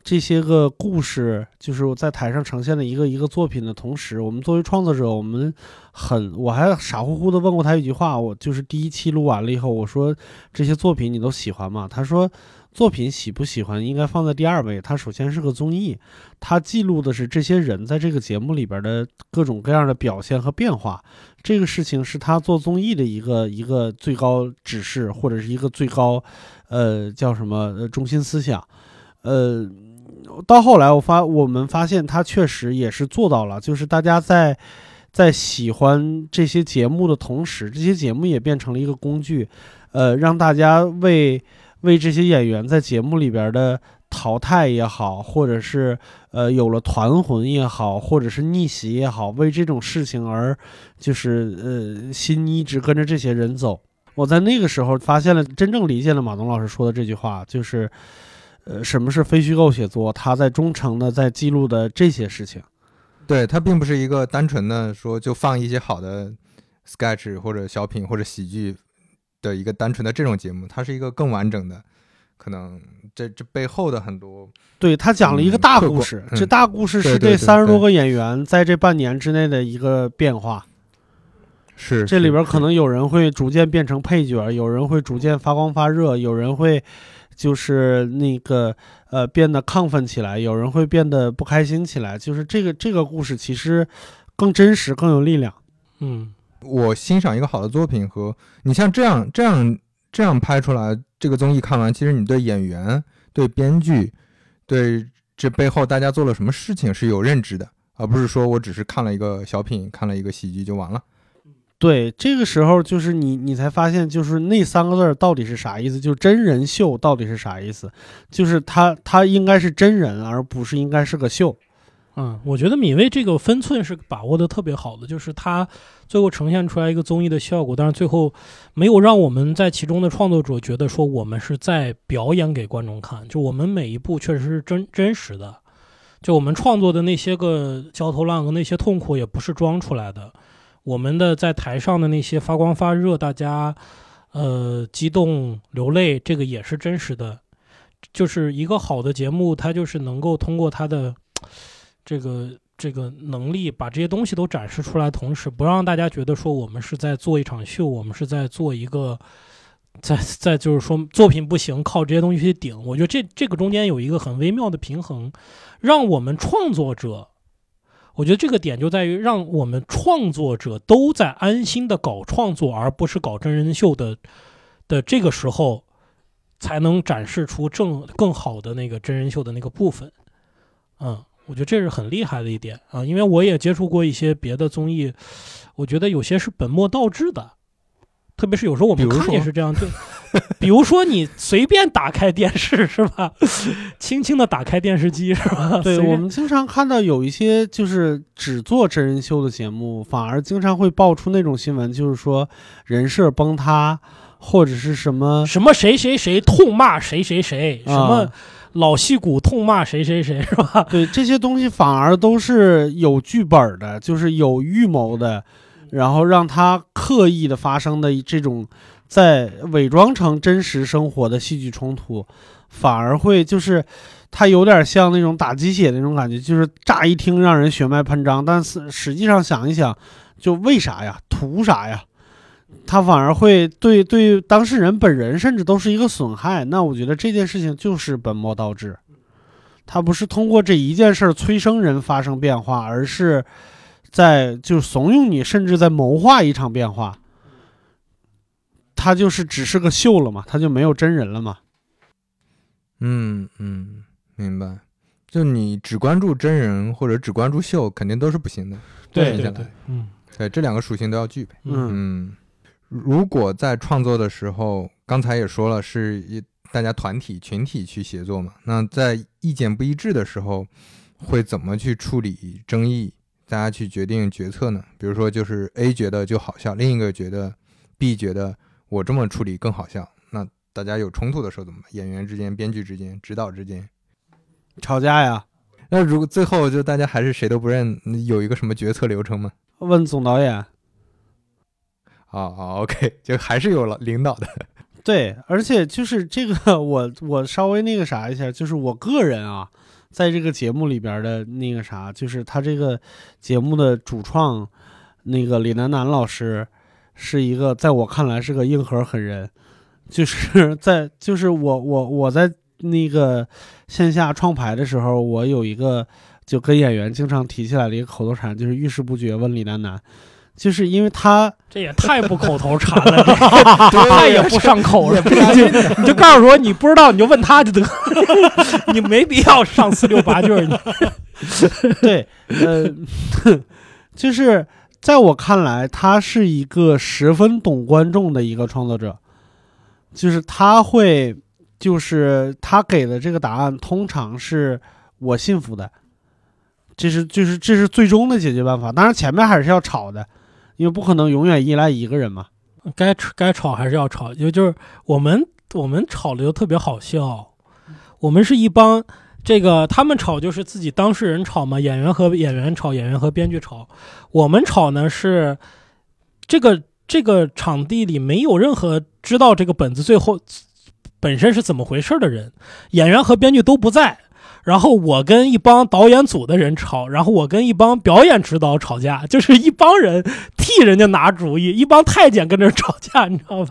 这些个故事，就是在台上呈现的一个一个作品的同时，我们作为创作者，我们很，我还傻乎乎的问过他一句话，我就是第一期录完了以后，我说这些作品你都喜欢吗？他说作品喜不喜欢应该放在第二位，它首先是个综艺，它记录的是这些人在这个节目里边的各种各样的表现和变化，这个事情是他做综艺的一个一个最高指示，或者是一个最高呃叫什么呃中心思想。呃到后来我发我们发现他确实也是做到了，就是大家在在喜欢这些节目的同时，这些节目也变成了一个工具，呃让大家为为这些演员在节目里边的淘汰也好，或者是呃有了团魂也好，或者是逆袭也好，为这种事情而就是呃心一直跟着这些人走。我在那个时候发现了，真正理解了马东老师说的这句话，就是呃什么是非虚构写作，他在忠诚的在记录的这些事情。 对，它并不是一个单纯的说就放一些好的 sketch 或者小品或者喜剧的一个单纯的这种节目，它是一个更完整的，可能这这背后的很多， 对，他讲了一个大故事， 嗯、 这大故事是这三十多个演员在这半年之内的一个变化。 是， 这里边可能有人会逐渐变成配角，有人会逐渐发光发热，有人会就是那个呃变得亢奋起来，有人会变得不开心起来，就是这个这个故事其实更真实更有力量。 嗯， 我欣赏一个好的作品和你像这样这样这样拍出来，这个综艺看完，其实你对演员对编剧对这背后大家做了什么事情是有认知的，而不是说我只是看了一个小品看了一个喜剧就完了。 对，这个时候就是你你才发现，就是那三个字到底是啥意思，就是真人秀到底是啥意思，就是他他应该是真人，而不是应该是个秀。 嗯，我觉得米未这个分寸是把握的特别好的，就是他最后呈现出来一个综艺的效果，但是最后没有让我们在其中的创作者觉得说我们是在表演给观众看，就我们每一步确实是真真实的，就我们创作的那些个焦头烂额那些痛苦也不是装出来的，我们的在台上的那些发光发热，大家呃激动流泪，这个也是真实的。就是一个好的节目，它就是能够通过它的这个这个能力把这些东西都展示出来，同时不让大家觉得说我们是在做一场秀，我们是在做一个在在就是说作品不行靠这些东西去顶。我觉得这这个中间有一个很微妙的平衡，让我们创作者，我觉得这个点就在于让我们创作者都在安心的搞创作，而不是搞真人秀的的这个时候，才能展示出正更好的那个真人秀的那个部分。嗯，我觉得这是很厉害的一点啊，因为我也接触过一些别的综艺，我觉得有些是本末倒置的，特别是有时候我们看也是这样，就比如说你随便打开电视是吧，轻轻的打开电视机是吧？ 对，我们经常看到有一些就是只做真人秀的节目，反而经常会爆出那种新闻，就是说人设崩塌，或者是什么什么谁谁谁痛骂谁谁谁，什么老戏骨痛骂谁谁谁是吧？ 对，这些东西反而都是有剧本的，就是有预谋的，然后让他刻意的发生的这种在伪装成真实生活的戏剧冲突，反而会就是它有点像那种打鸡血的那种感觉，就是乍一听让人血脉喷张，但是实际上想一想，就为啥呀？图啥呀？他反而会对对当事人本人甚至都是一个损害。那我觉得这件事情就是本末倒置，他不是通过这一件事催生人发生变化，而是在就怂恿你，甚至在谋划一场变化。他就是只是个秀了嘛，他就没有真人了嘛。 嗯嗯，明白。就你只关注真人或者只关注秀，肯定都是不行的。 对对对，嗯， 对，这两个属性都要具备。 嗯嗯，如果在创作的时候，刚才也说了，是一大家团体群体去协作嘛。那在意见不一致的时候，会怎么去处理争议？大家去决定决策呢？比如说，就是 A 觉得就好笑，另一个觉得 B 觉得我这么处理更好笑。那大家有冲突的时候怎么办？演员之间、编剧之间、指导之间吵架呀？ 那如果最后就大家还是谁都不认，有一个什么决策流程吗？ 问总导演。 啊啊 ，OK， 就还是有了领导的。 对，而且就是这个我我稍微那个啥一下，就是我个人啊， 在这个节目里边的那个啥，就是他这个节目的主创那个李楠楠老师是一个在我看来是个硬核狠人，就是在就是我我我在那个线下创牌的时候，我有一个就跟演员经常提起来的一个口头禅，就是遇事不决问李楠楠。就是因为他这也太不口头禅了，这太也不上口了。你就告诉我你不知道，你就问他就得，你没必要上四六八句儿。 对，呃，就是在我看来，他是一个十分懂观众的一个创作者，就是他会，就是他给的这个答案通常是我信服的，这是就是这是最终的解决办法。当然前面还是要吵的。因为不可能永远依赖一个人嘛， 该该吵还是要吵，就就是我们我们吵的就特别好笑，我们是一帮这个他们吵就是自己当事人吵嘛，演员和演员吵，演员和编剧吵，我们吵呢是这个这个场地里没有任何知道这个本子最后本身是怎么回事的人，演员和编剧都不在。然后我跟一帮导演组的人吵，然后我跟一帮表演指导吵架，就是一帮人替人家拿主意，一帮太监跟着吵架，你知道吧？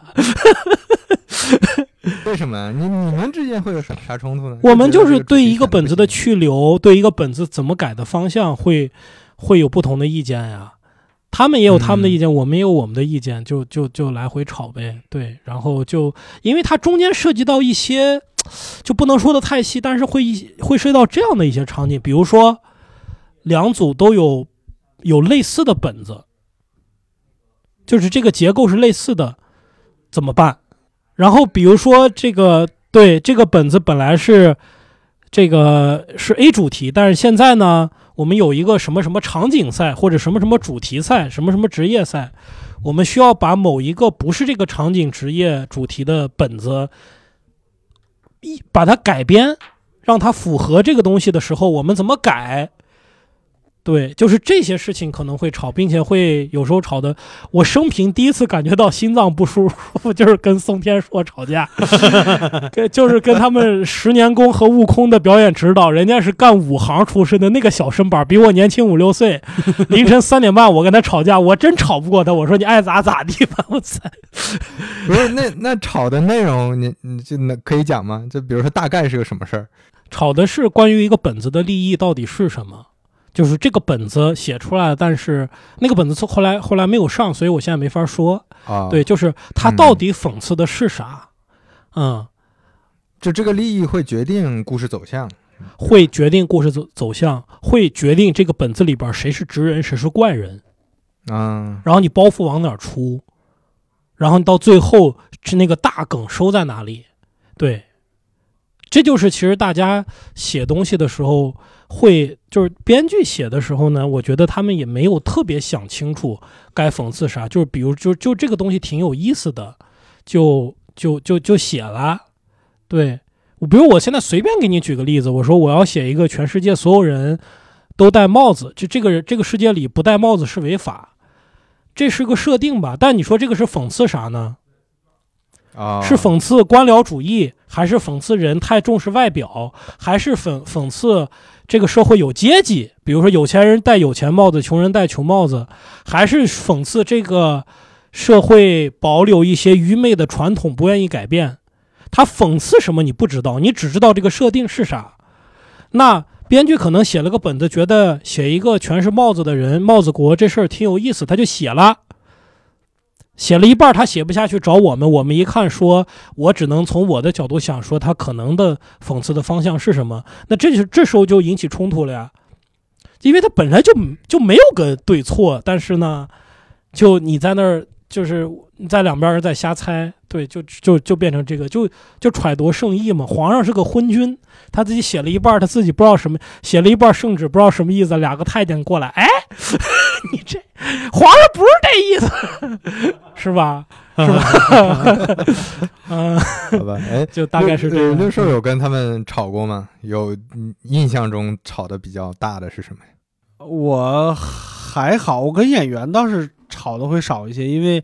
为什么你你们之间会有啥啥冲突呢？ 我们就是对一个本子的去留，对一个本子怎么改的方向会会有不同的意见呀。他们也有他们的意见，嗯、我们也有我们的意见，就就就来回吵呗。对，然后就因为它中间涉及到一些。就不能说的太细，但是会会涉及到这样的一些场景，比如说两组都有有类似的本子，就是这个结构是类似的，怎么办？然后比如说这个对这个本子本来是这个是 A 主题，但是现在呢，我们有一个什么什么场景赛或者什么什么主题赛，什么什么职业赛，我们需要把某一个不是这个场景职业主题的本子。把它改编，让它符合这个东西的时候，我们怎么改？对，就是这些事情可能会吵，并且会有时候吵的。我生平第一次感觉到心脏不舒服，就是跟宋天硕吵架，跟就是跟他们十年功和悟空的表演指导，人家是干武行出身的，那个小身板比我年轻五六岁。凌晨三点半，我跟他吵架，我真吵不过他。我说你爱咋咋地吧，我操！ 不是那那吵的内容，你你就那可以讲吗？就比如说大概是个什么事儿？ 吵的是关于一个本子的立意到底是什么。就是这个本子写出来，但是那个本子后来后来没有上，所以我现在没法说。 啊， 对，就是它到底讽刺的是啥？嗯，嗯就这个利益会决定故事走向， 会决定故事走走向，会决定这个本子里边谁是直人，谁是怪人。 啊， 然后你包袱往哪儿出，然后你到最后是那个大梗收在哪里？对，这就是其实大家写东西的时候。会就是编剧写的时候呢，我觉得他们也没有特别想清楚该讽刺啥，就是比如就就这个东西挺有意思的，就就就就写了。对，我比如我现在随便给你举个例子，我说我要写一个全世界所有人都戴帽子，就这个人这个世界里不戴帽子是违法，这是个设定吧？但你说这个是讽刺啥呢？ 啊， 是讽刺官僚主义，还是讽刺人太重视外表，还是讽讽刺这个社会有阶级？比如说有钱人戴有钱帽子，穷人戴穷帽子，还是讽刺这个社会保留一些愚昧的传统，不愿意改变？他讽刺什么你不知道，你只知道这个设定是啥。那编剧可能写了个本子，觉得写一个全是帽子的人，帽子国这事儿挺有意思，他就写了。写了一半他写不下去找我们，我们一看说我只能从我的角度想说他可能的讽刺的方向是什么，那这就这时候就引起冲突了呀，因为他本来就就没有个对错，但是呢就你在那儿就是你在两边人在瞎猜，对，就就就变成这个就就揣度圣意嘛。皇上是个昏君，他自己写了一半他自己不知道什么，写了一半圣旨不知道什么意思，两个太监过来，哎你这皇上不是这意思是吧是吧嗯， 好吧，哎， 就大概是这样。 六兽有跟他们吵过吗？有印象中吵的比较大的是什么呀？ 我还好，我跟演员倒是吵的会少一些，因为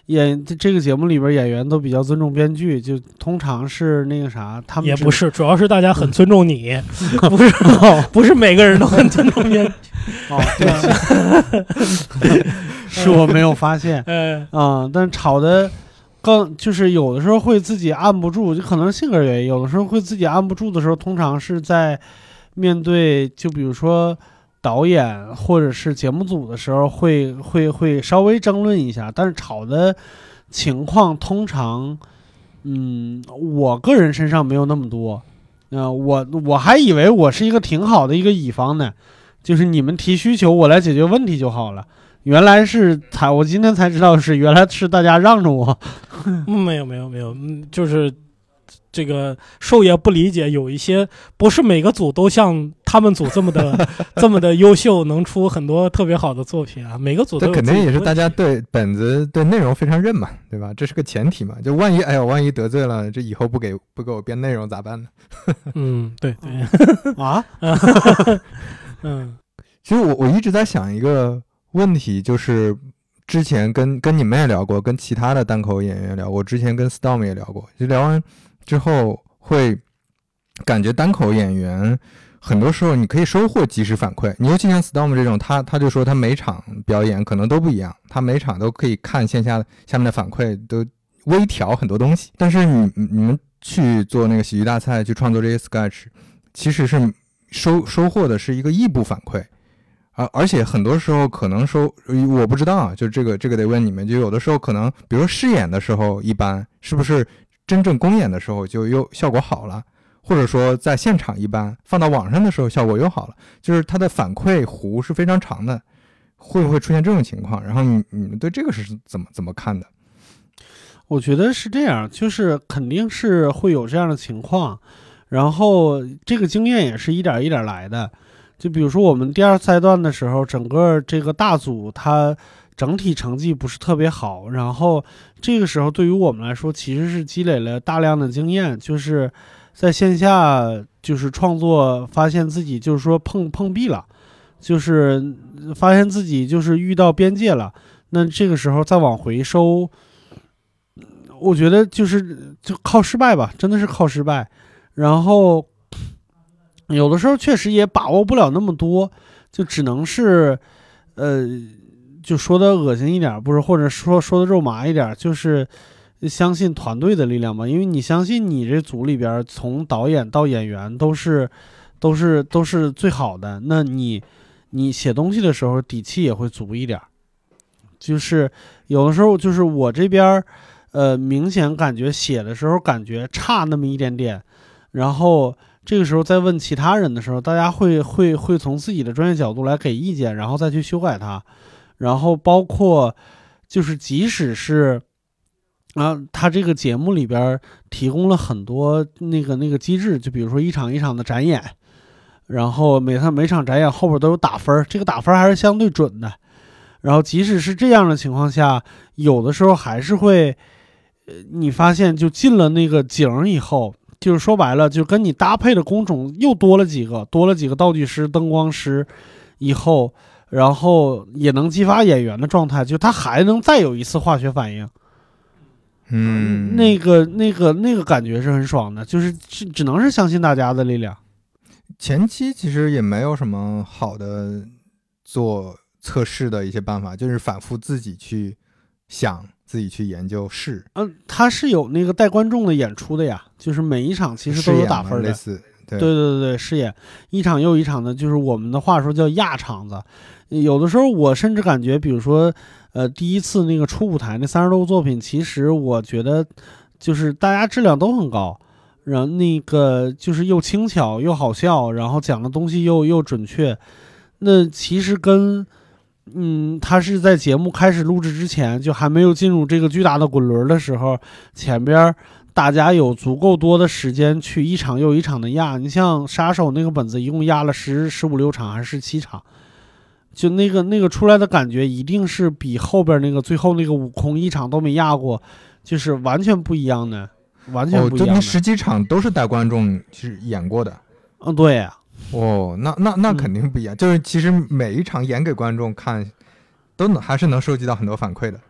演这个节目里边演员都比较尊重编剧，就通常是那个啥，他们也不是，主要是大家很尊重你，嗯、不是不是每个人都很尊重编剧。 哦，对，是我没有发现， 嗯啊、嗯，但吵的更就是有的时候会自己按不住，就可能性格原因，有的时候会自己按不住的时候，通常是在面对就比如说导演或者是节目组的时候会会会稍微争论一下，但是吵的情况通常嗯我个人身上没有那么多，呃我我还以为我是一个挺好的一个乙方呢，就是你们提需求我来解决问题就好了，原来是才我今天才知道是原来是大家让着我。 嗯，没有没有没有，嗯，就是这个授业不理解，有一些不是每个组都像他们组这么的这么的优秀，能出很多特别好的作品啊。每个组都有这肯定也是大家对本子对内容非常认嘛，对吧？这是个前提嘛。就万一哎呀，万一得罪了，这以后不给不给我编内容咋办呢？ 嗯，对对啊， 嗯， 其实我我一直在想一个问题，就是之前跟跟你们也聊过，跟其他的单口演员聊过，之前跟 Storm 也聊过，就聊完之后会感觉单口演员很多时候你可以收获及时反馈，你尤其像 Storm 这种，他他就说他每场表演可能都不一样，他每场都可以看线下下面的反馈，都微调很多东西。但是你你们去做那个喜剧大赛，去创作这些 sketch， 其实是收收获的是一个异步反馈。啊，而且很多时候可能说，我不知道啊，就这个这个得问你们。就有的时候可能，比如说试演的时候一般，是不是真正公演的时候就又效果好了？或者说在现场一般，放到网上的时候效果又好了？就是它的反馈弧是非常长的，会不会出现这种情况？然后你你们对这个是怎么怎么看的？ 我觉得是这样，就是肯定是会有这样的情况，然后这个经验也是一点一点来的。就比如说我们第二赛段的时候，整个这个大组它整体成绩不是特别好，然后这个时候对于我们来说其实是积累了大量的经验，就是在线下就是创作发现自己就是说碰碰壁了，就是发现自己就是遇到边界了，那这个时候再往回收，我觉得就是就靠失败吧，真的是靠失败。然后有的时候确实也把握不了那么多，就只能是呃就说的恶心一点，不是，或者说说的肉麻一点，就是相信团队的力量吧。因为你相信你这组里边从导演到演员都是都是都是最好的，那你你写东西的时候底气也会足一点。就是有的时候就是我这边呃明显感觉写的时候感觉差那么一点点，然后这个时候再问其他人的时候，大家会会会从自己的专业角度来给意见，然后再去修改它。然后包括就是即使是啊，他这个节目里边提供了很多那个那个机制，就比如说一场一场的展演，然后每场每场展演后边都有打分，这个打分还是相对准的。然后即使是这样的情况下，有的时候还是会，呃，你发现就进了那个景以后。就是说白了，就跟你搭配的工种又多了几个，多了几个道具师、灯光师，以后，然后也能激发演员的状态，就他还能再有一次化学反应。 嗯， 那个、那个、那个感觉是很爽的，就是只只能是相信大家的力量。 前期其实也没有什么好的做测试的一些办法，就是反复自己去想。自己去研究试， 嗯、呃，他是有那个带观众的演出的呀，就是每一场其实都有打分的， 类似，对对对对，试演一场又一场的，就是我们的话说叫压场子。有的时候我甚至感觉，比如说，呃，第一次那个出舞台那三十多部作品，其实我觉得就是大家质量都很高，然后那个就是又轻巧又好笑，然后讲的东西又又准确，那其实跟。嗯，他是在节目开始录制之前，就还没有进入这个巨大的滚轮的时候，前边大家有足够多的时间去一场又一场的压。你像杀手那个本子，一共压了十十五六场还是十七场，就那个那个出来的感觉，一定是比后边那个最后那个悟空一场都没压过，就是完全不一样的，完全不一样的。 哦，就那十几场都是带观众是演过的。 嗯，对呀、啊。 哦，那那那肯定不一样、嗯，就是其实每一场演给观众看，都能还是能收集到很多反馈的。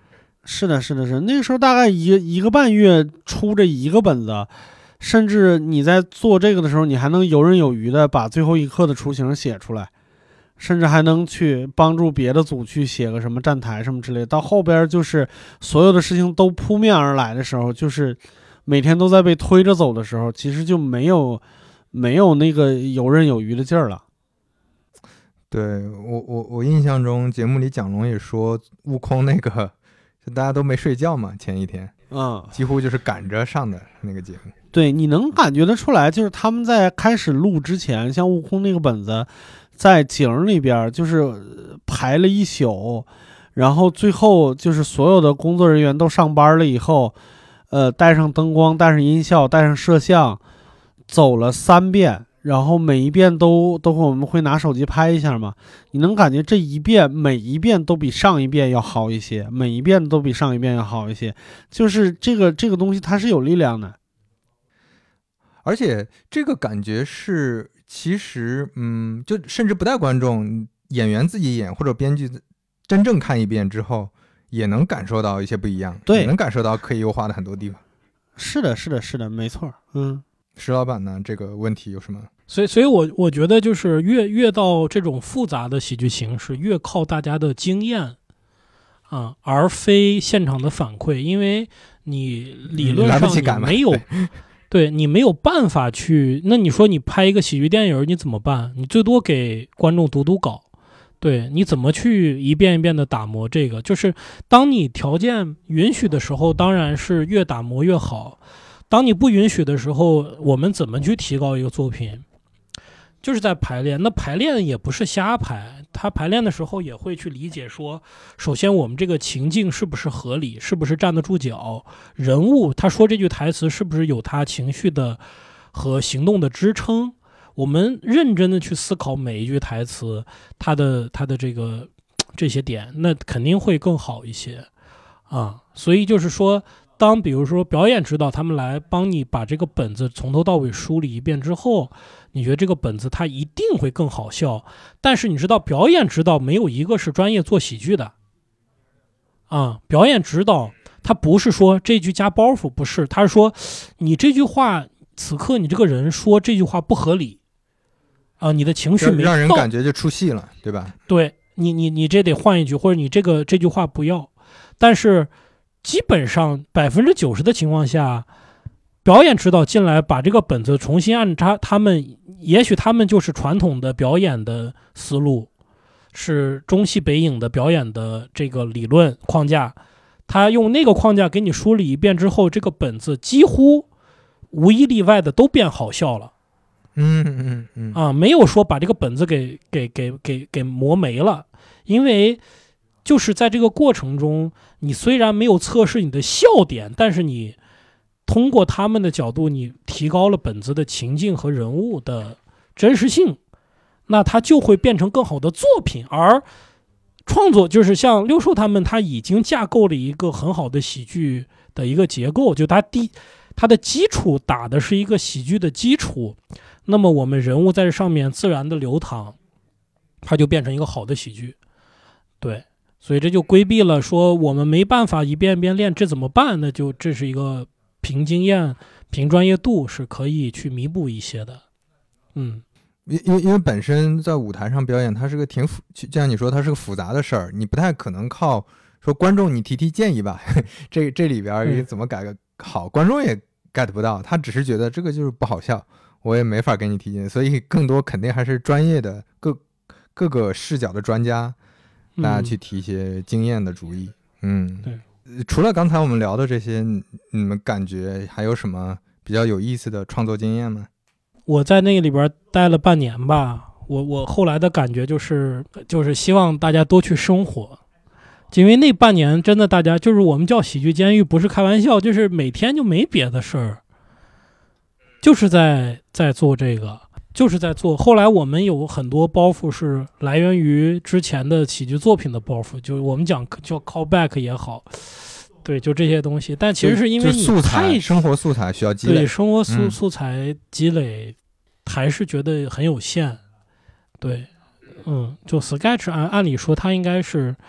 是的，是的，是的那个时候大概一个一个半月出这一个本子，甚至你在做这个的时候，你还能游刃有余的把最后一刻的雏形写出来，甚至还能去帮助别的组去写个什么站台什么之类的。到后边就是所有的事情都扑面而来的时候，就是每天都在被推着走的时候，其实就没有没有那个游刃有余的劲儿了。 对，我我我印象中节目里蒋龙也说，悟空那个就大家都没睡觉嘛，前一天， 嗯， 几乎就是赶着上的那个节目。 对，你能感觉得出来，就是他们在开始录之前，像悟空那个本子，在景里边就是排了一宿，然后最后就是所有的工作人员都上班了以后，呃，带上灯光，带上音效，带上摄像，走了三遍。然后每一遍都都会我们会拿手机拍一下嘛，你能感觉这一遍每一遍都比上一遍要好一些，每一遍都比上一遍要好一些，就是这个这个东西它是有力量的， 而且这个感觉是其实嗯，就甚至不带观众，演员自己演或者编剧真正看一遍之后，也能感受到一些不一样， 对， 也能感受到可以优化的很多地方。 是的，是的，是的，没错，嗯。 石老板呢？这个问题有什么？ 所以，所以我我觉得就是越越到这种复杂的喜剧形式，越靠大家的经验啊，而非现场的反馈，因为你理论上你没有，对你没有办法去。那你说你拍一个喜剧电影，你怎么办？你最多给观众读读稿，对，你怎么去一遍一遍的打磨这个？就是当你条件允许的时候，当然是越打磨越好。当你不允许的时候，我们怎么去提高一个作品？就是在排练。那排练也不是瞎排，他排练的时候也会去理解说，首先我们这个情境是不是合理，是不是站得住脚，人物他说这句台词是不是有他情绪的和行动的支撑。我们认真的去思考每一句台词，他的他的这个这些点，那肯定会更好一些啊。所以就是说，当比如说表演指导他们来帮你把这个本子从头到尾梳理一遍之后，你觉得这个本子它一定会更好笑。但是你知道表演指导没有一个是专业做喜剧的啊，表演指导他不是说这句加包袱，不是，他是说你这句话此刻你这个人说这句话不合理啊，你的情绪没到， 让人感觉就出戏了，对吧？ 对，你你你这得换一句，或者你这个这句话不要。但是基本上百分之九十的情况下，表演指导进来把这个本子重新按照他们，也许他们就是传统的表演的思路，是中西北影的表演的这个理论框架，他用那个框架给你梳理一遍之后，这个本子几乎无一例外的都变好笑了。 嗯嗯嗯啊，没有说把这个本子给给给给给磨没了，因为就是在这个过程中，你虽然没有测试你的笑点，但是你通过他们的角度，你提高了本子的情境和人物的真实性，那它就会变成更好的作品。而创作就是像六兽他们，他已经架构了一个很好的喜剧的一个结构，就他第他的基础打的是一个喜剧的基础，那么我们人物在这上面自然的流淌，它就变成一个好的喜剧。对，所以这就规避了说我们没办法一遍一遍练，这怎么办？那就这是一个凭经验、凭专业度是可以去弥补一些的。嗯， 因因为因为本身在舞台上表演，它是个挺复，就像你说，它是个复杂的事儿，你不太可能靠说观众你提提建议吧，这这里边怎么改个好，嗯、观众也 get 不到，他只是觉得这个就是不好笑，我也没法给你提建议，所以更多肯定还是专业的各各个视角的专家。大家去提一些经验的主意。嗯， 对。 除了刚才我们聊的这些，你们感觉还有什么比较有意思的创作经验吗？ 我在那个里边待了半年吧，我我后来的感觉就是就是希望大家多去生活，因为那半年真的大家就是我们叫喜剧监狱，不是开玩笑，就是每天就没别的事儿，就是在在做这个。就是在做，后来我们有很多包袱是来源于之前的喜剧作品的包袱，就是我们讲叫 callback 也好，对，就这些东西。但其实是因为你素材，生活素材需要积累， 对，生活素素材积累还是觉得很有限。对，嗯，就 sketch 按按理说它应该是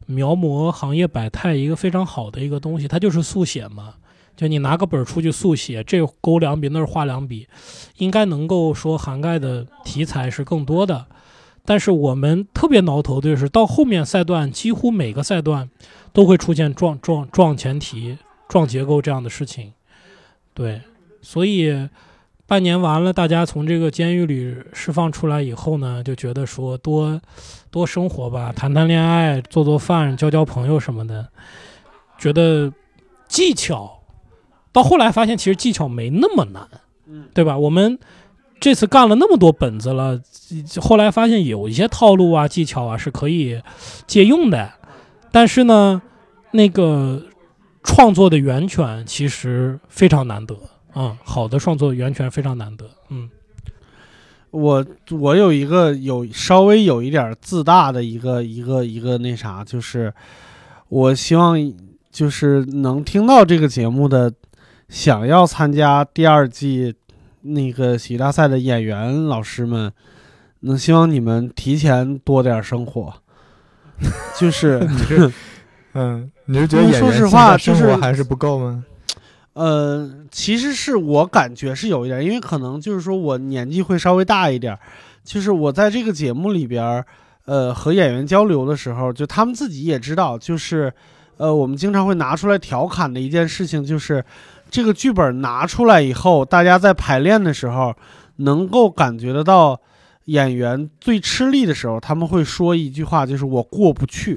描摹行业百态一个非常好的一个东西，它就是速写嘛。就你拿个本出去速写，这勾两笔那儿画两笔，应该能够说涵盖的题材是更多的。但是我们特别挠头的就是到后面赛段，几乎每个赛段都会出现撞撞撞前提、撞结构这样的事情。对，所以半年完了，大家从这个监狱里释放出来以后呢，就觉得说多多生活吧，谈谈恋爱，做做饭，交交朋友什么的，觉得技巧。到后来发现，其实技巧没那么难，对吧？我们这次干了那么多本子了，后来发现有一些套路啊、技巧啊是可以借用的，但是呢，那个创作的源泉其实非常难得啊、嗯，好的创作源泉非常难得。嗯， 我我有一个有稍微有一点自大的一个一个一个那啥，就是我希望就是能听到这个节目的。想要参加第二季那个喜剧大赛的演员老师们，能希望你们提前多点生活，就是你是嗯，你是觉得演员说实话就是还是不够吗？ 呃，其实是我感觉是有一点，因为可能就是说我年纪会稍微大一点，就是我在这个节目里边，呃，和演员交流的时候，就他们自己也知道，就是呃，我们经常会拿出来调侃的一件事情就是。这个剧本拿出来以后，大家在排练的时候能够感觉得到演员最吃力的时候，他们会说一句话，就是我过不去。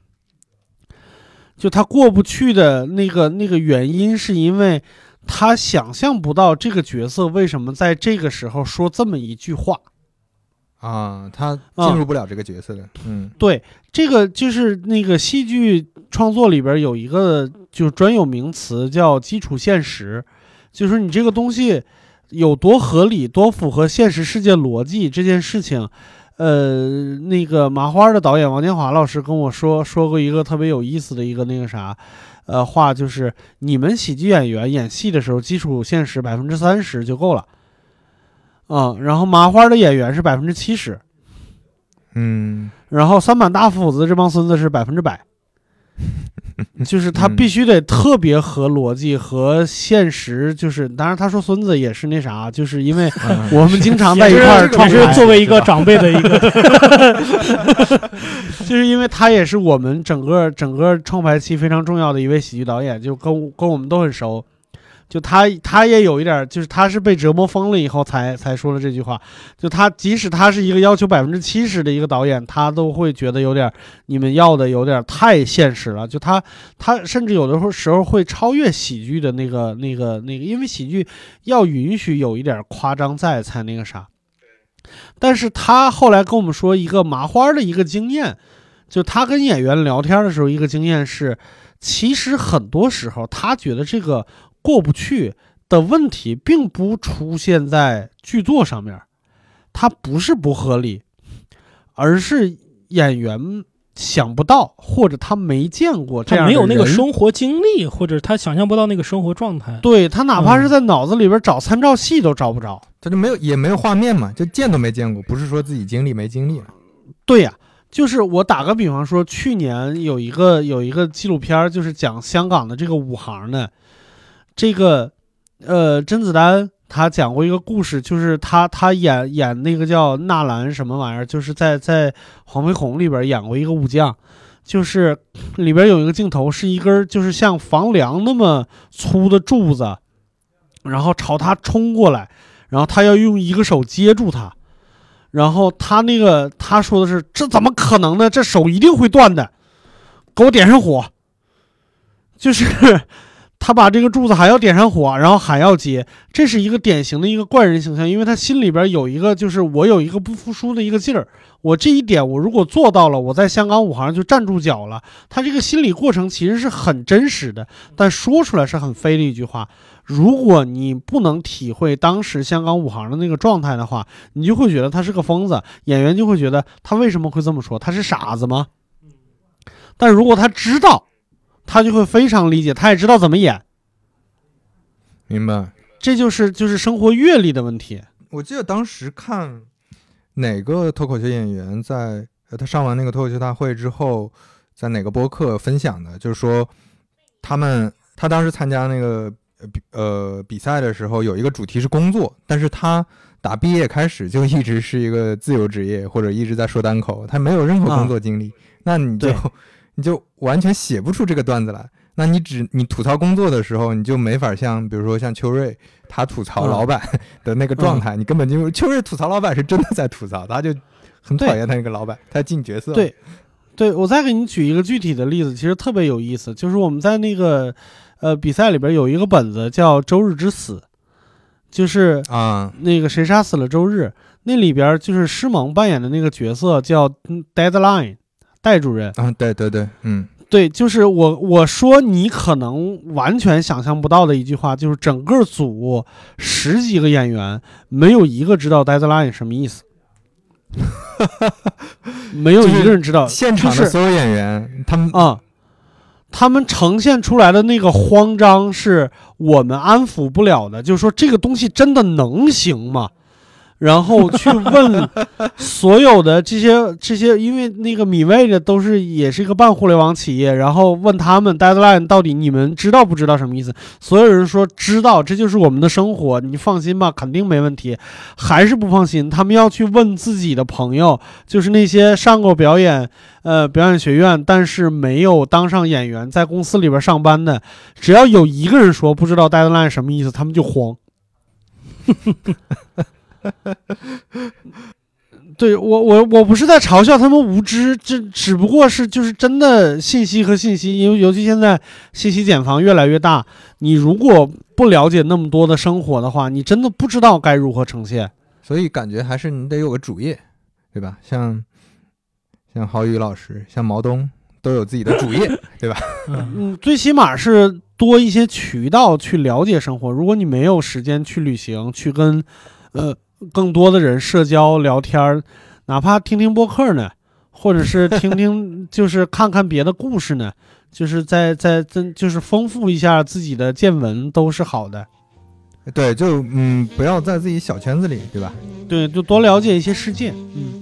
就他过不去的那个那个原因是因为他想象不到这个角色为什么在这个时候说这么一句话啊，他进入不了这个角色的。嗯，嗯对，这个就是那个戏剧创作里边有一个就是专有名词叫基础现实，就是你这个东西有多合理，多符合现实世界逻辑这件事情。呃，那个麻花的导演王建华老师跟我说说过一个特别有意思的一个那个啥，呃，话就是你们喜剧演员演戏的时候，基础现实百分之三十就够了。嗯，然后麻花的演员是百分之七十， 嗯， 然后三板大斧子这帮孙子是百分之百，就是他必须得特别合逻辑和现实，就是当然他说孙子也是那啥，就是因为我们经常在一块儿创也是作为一个长辈的一个， 就是因为他也是我们整个整个创排期非常重要的一位喜剧导演，就跟跟我们都很熟。就他他也有一点，就是他是被折磨疯了以后才才说了这句话。就他即使他是一个要求百分之七十的一个导演，他都会觉得有点你们要的有点太现实了。就他他甚至有的时候会超越喜剧的那个那个那个，因为喜剧要允许有一点夸张在才那个啥。但是他后来跟我们说一个麻花的一个经验，就他跟演员聊天的时候一个经验是，其实很多时候他觉得这个。过不去的问题并不出现在剧作上面，它不是不合理，而是演员想不到，或者他没见过这样的人， 他没有那个生活经历，或者他想象不到那个生活状态。 对，他哪怕是在脑子里边找参照系都找不着， 他就没有也没有画面嘛，就见都没见过，不是说自己经历没经历了。 对呀、啊。就是我打个比方说，去年有一个有一个纪录片，就是讲香港的这个武行的。这个，呃，甄子丹他讲过一个故事，就是他他演演那个叫纳兰什么玩意儿，就是在在黄飞鸿里边演过一个武将，就是里边有一个镜头是一根就是像房梁那么粗的柱子，然后朝他冲过来，然后他要用一个手接住他，然后他那个他说的是这怎么可能呢？这手一定会断的，给我点上火，就是。他把这个柱子还要点上火，然后还要接，这是一个典型的一个怪人形象，因为他心里边有一个就是我有一个不服输的一个劲儿，我这一点我如果做到了，我在香港武行就站住脚了。他这个心理过程其实是很真实的，但说出来是很飞的一句话。如果你不能体会当时香港武行的那个状态的话，你就会觉得他是个疯子，演员就会觉得他为什么会这么说，他是傻子吗？但如果他知道，他就会非常理解，他也知道怎么演。 明白， 这就是就是生活阅历的问题。 我记得当时看哪个脱口秀演员在呃他上完那个脱口秀大会之后， 在哪个播客分享的，就是说他们他当时参加那个呃比赛的时候，有一个主题是工作，但是他打毕业开始就一直是一个自由职业，或者一直在说单口，他没有任何工作经历，啊、那你就你就完全写不出这个段子来。那你只你吐槽工作的时候，你就没法像比如说像秋瑞他吐槽老板的那个状态，嗯、你根本就秋瑞吐槽老板是真的在吐槽，他就很讨厌他那个老板，他进角色。 对，对我再给你举一个具体的例子，其实特别有意思，就是我们在那个呃比赛里边有一个本子叫《周日之死》，就是啊那个谁杀死了周日，那里边就是施蒙扮演的那个角色叫 Deadline 戴主任啊，对对对，嗯。 对，就是我我说你可能完全想象不到的一句话，就是整个组十几个演员没有一个知道 deadline 什么意思，没有一个人知道。 现场的所有演员，就是、他们啊、嗯，他们呈现出来的那个慌张是我们安抚不了的，就是说这个东西真的能行吗？然后去问所有的这些这些，因为那个米味的都是也是一个半互联网企业，然后问他们 deadline 到底你们知道不知道什么意思？所有人说知道，这就是我们的生活，你放心吧，肯定没问题。还是不放心，他们要去问自己的朋友，就是那些上过表演呃表演学院，但是没有当上演员，在公司里边上班的，只要有一个人说不知道 deadline 什么意思，他们就慌。对我我我不是在嘲笑他们无知，这只不过是就是真的信息和信息，因为尤其现在信息茧房越来越大，你如果不了解那么多的生活的话，你真的不知道该如何呈现。 所以感觉还是你得有个主业，对吧？像像郝宇老师，像毛东都有自己的主业，对吧？ 嗯，最起码是多一些渠道去了解生活。如果你没有时间去旅行，去跟呃。更多的人社交聊天，哪怕听听播客呢，或者是听听就是看看别的故事呢，就是在在在就是丰富一下自己的见闻都是好的。 对，就嗯不要在自己小圈子里，对吧？ 对，就多了解一些世界。嗯。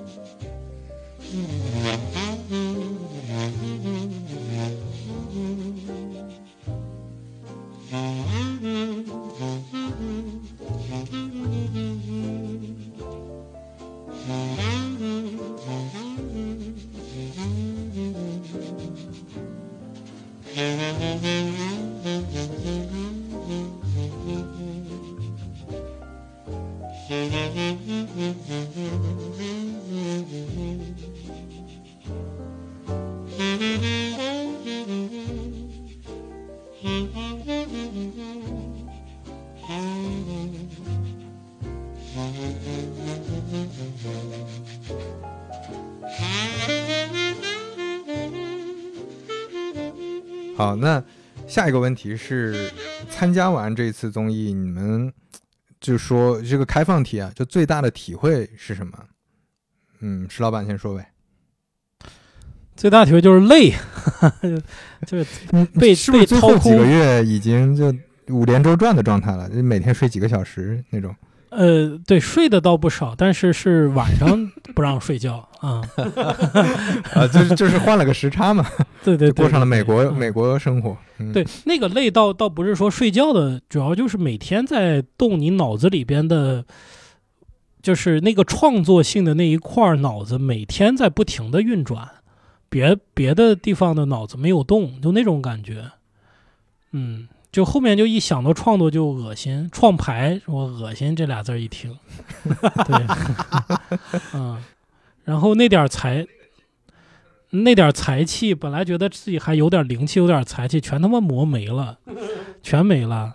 好，那下一个问题是，参加完这次综艺，你们就说这个开放题啊，就最大的体会是什么？嗯，石老板先说呗。 最大体会就是累，就是被是不是最后几个月已经就五连轴转的状态了，就每天睡几个小时那种。 呃，对，睡的倒不少，但是是晚上不让睡觉啊。 啊，就是就是换了个时差嘛。 对对 对, 对， 过上了美国、嗯、美国生活。 嗯、对，那个累倒倒不是说睡觉的，主要就是每天在动你脑子里边的，就是那个创作性的那一块脑子，每天在不停的运转，别别的地方的脑子没有动，就那种感觉。嗯。就后面就一想到创作就恶心，创牌我恶心这俩字一听，对，嗯，然后那点才那点才气，本来觉得自己还有点灵气，有点才气，全他妈磨没了，全没了。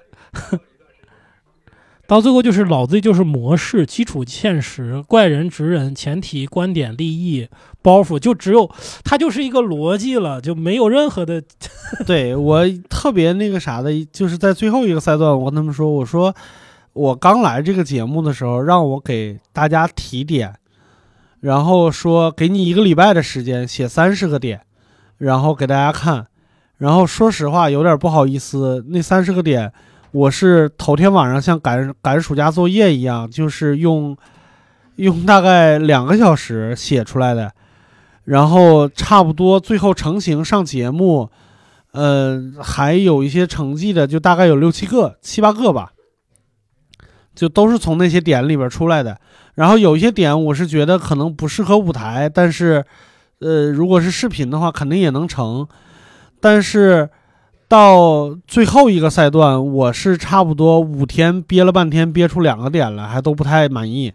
到最后就是老子就是模式、基础、现实、怪人、直人、前提、观点、立意、包袱，就只有它就是一个逻辑了，就没有任何的。 对，我特别那个啥的，就是在最后一个赛段，我跟他们说，我说我刚来这个节目的时候，让我给大家提点，然后说给你一个礼拜的时间写三十个点，然后给大家看。然后说实话，有点不好意思，那三十个点。我是头天晚上像赶赶暑假作业一样，就是用用大概两个小时写出来的， 然后差不多最后成型上节目，呃，还有一些成绩的，就大概有六七个、七八个吧，就都是从那些点里边出来的。然后有一些点我是觉得可能不适合舞台，但是，呃，如果是视频的话，肯定也能成。但是到最后一个赛段，我是差不多五天憋了半天，憋出两个点来，还都不太满意。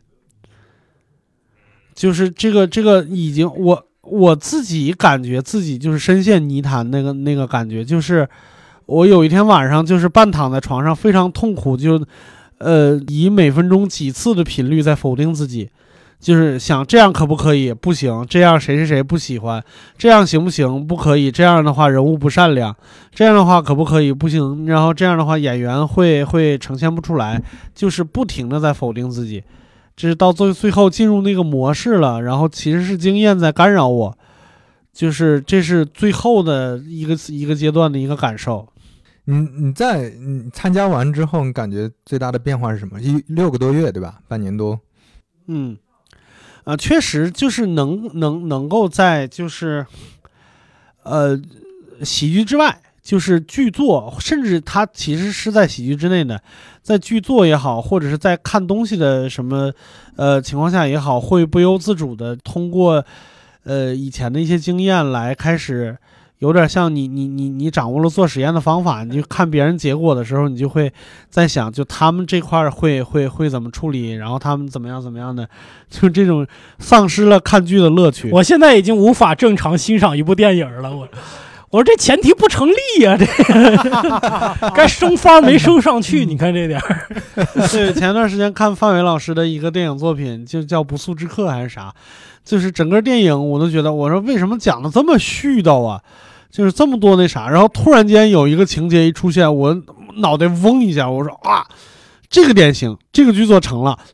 就是这个这个已经我我自己感觉自己就是深陷泥潭那个那个感觉，就是我有一天晚上就是半躺在床上非常痛苦，就呃以每分钟几次的频率在否定自己，就是想这样可不可以，不行，这样谁谁谁不喜欢，这样行不行，不可以，这样的话人物不善良，这样的话可不可以，不行，然后这样的话演员会会呈现不出来，就是不停的在否定自己。这是到最最后进入那个模式了，然后其实是经验在干扰我，就是这是最后的一个一个阶段的一个感受。 你你在你参加完之后，你感觉最大的变化是什么？一六个多月对吧？半年多。 嗯，啊、呃，确实就是能能能够在就是呃喜剧之外。就是剧作，甚至它其实是在喜剧之内的，在剧作也好，或者是在看东西的什么呃情况下也好，会不由自主的通过呃以前的一些经验来开始，有点像你你你你掌握了做实验的方法，你就看别人结果的时候，你就会在想，就他们这块会会会怎么处理，然后他们怎么样怎么样的，就这种丧失了看剧的乐趣。 我现在已经无法正常欣赏一部电影了，我。我说这前提不成立呀、啊，这该升番没升上去，你看这点儿。 对，前段时间看范伟老师的一个电影作品，就叫《不速之客》还是啥，就是整个电影我都觉得，我说为什么讲的这么絮叨啊？就是这么多那啥，然后突然间有一个情节一出现，我脑袋嗡一下，我说啊，这个典型，这个剧作成了。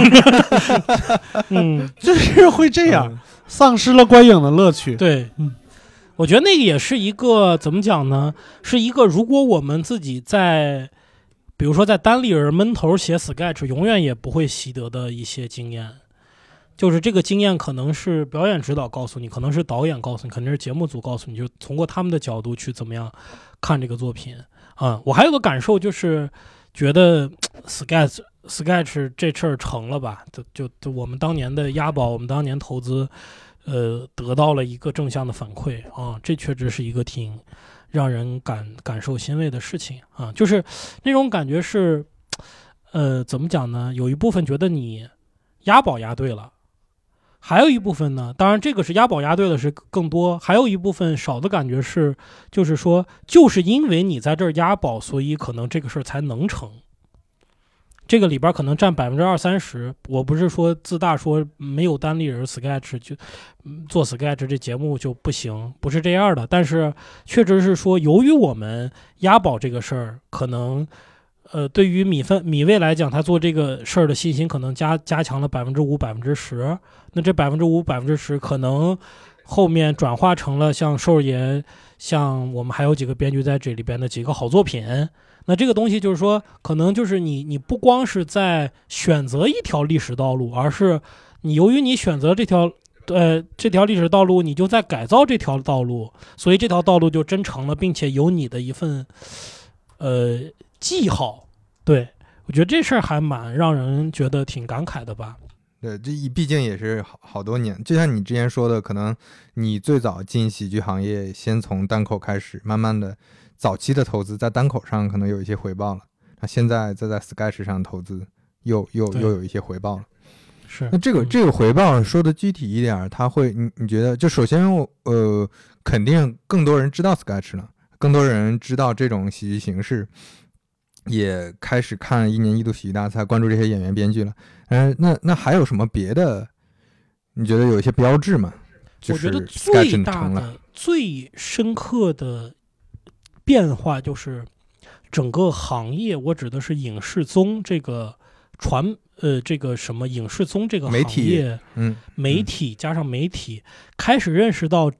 嗯， 就是会这样，丧失了观影的乐趣。 对，嗯。我觉得那个也是一个怎么讲呢？是一个如果我们自己在，比如说在单立人闷头写 sketch， 永远也不会习得的一些经验。就是这个经验可能是表演指导告诉你，可能是导演告诉你，可能是节目组告诉你，就通过他们的角度去怎么样看这个作品啊、嗯。我还有个感受就是觉得 sketch sketch 这事儿成了吧？就就就我们当年的押宝，我们当年投资。呃，得到了一个正向的反馈啊，这确实是一个挺让人感感受欣慰的事情啊，就是那种感觉是，呃，怎么讲呢？有一部分觉得你押宝押对了，还有一部分呢，当然这个是押宝押对的是更多，还有一部分少的感觉是，就是说，就是因为你在这儿押宝，所以可能这个事儿才能成。这个里边可能占百分之二三十，我不是说自大说没有单立人 sketch 就做 sketch 这节目就不行，不是这样的。但是确实是说，由于我们押宝这个事儿，可能呃对于米饭米未来讲，他做这个事儿的信心可能加加强了百分之五百分之十。那这百分之五百分之十可能后面转化成了像寿爷，像我们还有几个编剧在这里边的几个好作品。那这个东西就是说，可能就是你，你不光是在选择一条历史道路，而是你由于你选择这条，呃，这条历史道路，你就在改造这条道路，所以这条道路就真成了，并且有你的一份，呃，记号。对，我觉得这事儿还蛮让人觉得挺感慨的吧。 对，这毕竟也是好好多年，就像你之前说的，可能你最早进喜剧行业，先从单口开始，慢慢的。早期的投资在单口上可能有一些回报了，那现在再在 sketch 上投资又又又有一些回报了。 是， 那这个这个回报说的具体一点，它会你你觉得就首先呃肯定更多人知道 sketch 了，更多人知道这种喜剧形式，也开始看一年一度喜剧大赛，关注这些演员编剧了。嗯，那那还有什么别的？你觉得有一些标志吗？ 我觉得最大的、最深刻的。变化就是整个行业，我指的是影视综这个传呃这个什么影视综这个行业， 嗯， 媒体加上媒体开始认识到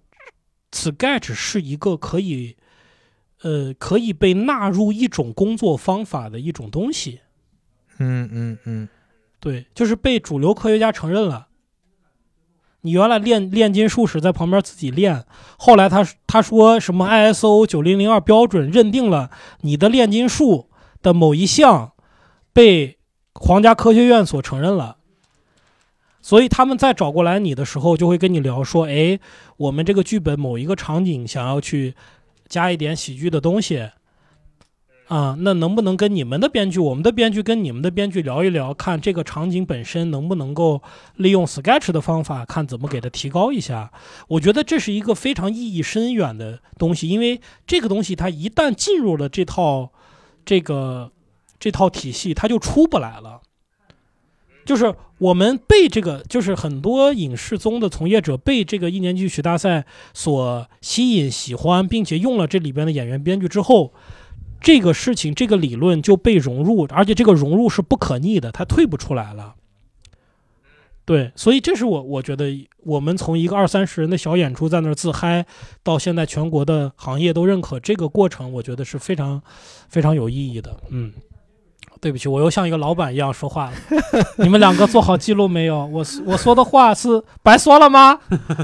sketch 是一个可以呃可以被纳入一种工作方法的一种东西。 嗯嗯嗯， 对，就是被主流科学家承认了。 你原来练炼金术士在旁边自己练，后来他他说什么 I S O 九零零二标准认定了你的炼金术的某一项被皇家科学院所承认了，所以他们在找过来你的时候就会跟你聊说，哎，我们这个剧本某一个场景想要去加一点喜剧的东西啊，那能不能跟你们的编剧，我们的编剧跟你们的编剧聊一聊，看这个场景本身能不能够利用 Sketch 的方法，看怎么给它提高一下。我觉得这是一个非常意义深远的东西，因为这个东西它一旦进入了这套这个这套体系，它就出不来了。就是我们被这个，就是很多影视综的从业者被这个一年级曲大赛所吸引、喜欢，并且用了这里边的演员编剧之后，这个事情这个理论就被融入，而且这个融入是不可逆的，它退不出来了。对，所以这是我我觉得我们从一个二三十人的小演出在那儿自嗨，到现在全国的行业都认可这个过程，我觉得是非常非常有意义的。嗯，对不起，我又像一个老板一样说话了。你们两个做好记录没有？我我说的话是白说了吗？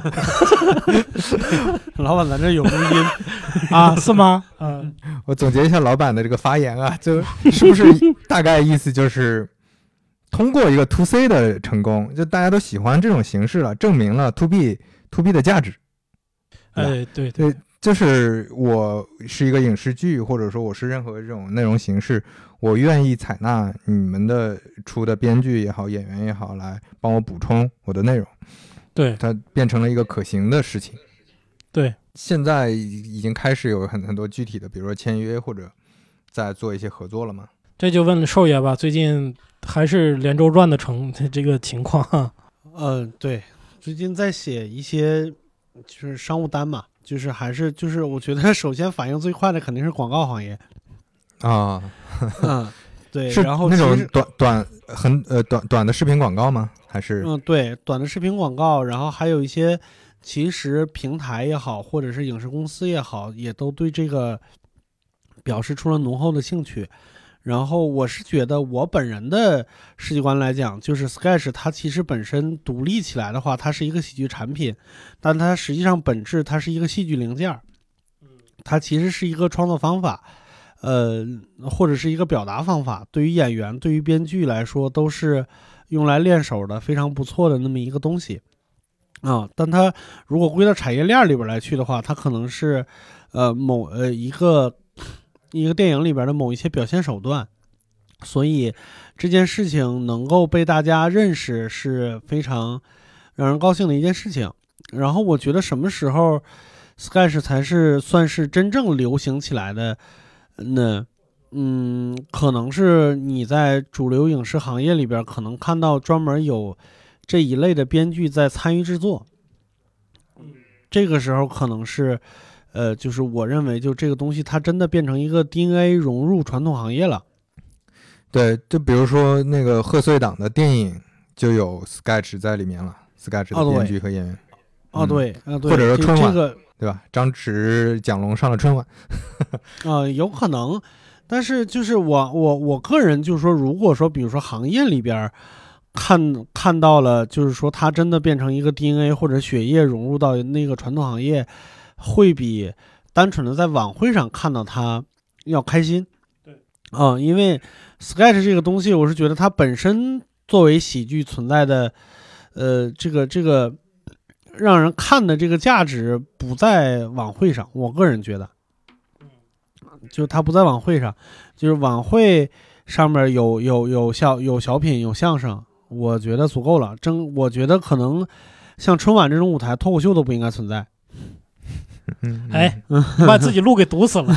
老板在这有录音啊？是吗？嗯， 我总结一下老板的这个发言啊，就是不是大概意思就是通过一个 to C 的成功，就大家都喜欢这种形式了，证明了 to B to B 的价值。 哎，对对，就是我是一个影视剧，或者说我是任何这种内容形式，我愿意采纳你们的出的编剧也好，演员也好，来帮我补充我的内容。 对， 它变成了一个可行的事情。 对， 现在已经开始有很很多具体的，比如说签约或者在做一些合作了吗？ 这就问寿爷吧，最近还是连轴转的成这个情况。 嗯、呃，对，最近在写一些就是商务单嘛，就是还是就是我觉得首先反应最快的肯定是广告行业啊。 嗯，对， 是然后那种短短很呃短短的视频广告吗？还是嗯，对，短的视频广告，然后还有一些其实平台也好，或者是影视公司也好，也都对这个表示出了浓厚的兴趣。然后我是觉得我本人的世界观来讲，就是 Sketch 它其实本身独立起来的话，它是一个喜剧产品，但它实际上本质它是一个戏剧零件，它其实是一个创作方法，呃，或者是一个表达方法，对于演员对于编剧来说都是用来练手的非常不错的那么一个东西啊。但它如果归到产业链里边来去的话，它可能是呃某呃一个一个电影里边的某一些表现手段，所以这件事情能够被大家认识是非常让人高兴的一件事情。然后我觉得什么时候 Sketch 才是算是真正流行起来的呢？嗯，可能是你在主流影视行业里边可能看到专门有这一类的编剧在参与制作，这个时候可能是呃，就是我认为就这个东西它真的变成一个 D N A 融入传统行业了。 对，就比如说那个贺岁档的电影就有 Sketch 在里面了， Sketch 的编剧和演员。 哦，对，啊、嗯，对， 或者说春晚， 这个对吧？张弛、蒋龙上了春晚。 啊、呃，有可能。但是就是我我我个人就是说，如果说比如说行业里边看看到了，就是说它真的变成一个 D N A 或者血液融入到那个传统行业，会比单纯的在晚会上看到它要开心。 对， 啊、呃，因为 Sketch 这个东西，我是觉得它本身作为喜剧存在的，呃，这个这个让人看的这个价值不在晚会上，我个人觉得。就是它不在晚会上，就是晚会上面有有有小有小品有相声，我觉得足够了。真我觉得可能像春晚这种舞台，脱口秀都不应该存在。 哎，把自己路给堵死了。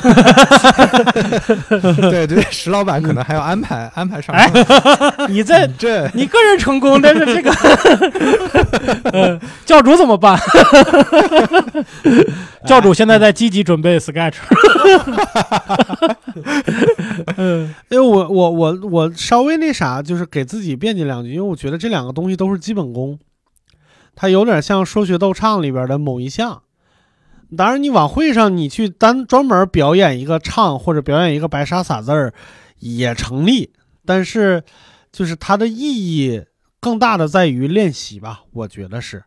对对，石老板可能还要安排安排上。 哎，你这这你个人成功，但是这个，呃，教主怎么办？教主现在在积极准备 Sketch。 嗯，因为我我我我稍微那啥，就是给自己辩解两句，因为我觉得这两个东西都是基本功，它有点像说学逗唱里边的某一项。当然，你晚会上你去单专门表演一个唱或者表演一个白沙撒字儿也成立，但是就是它的意义更大的在于练习吧，我觉得是。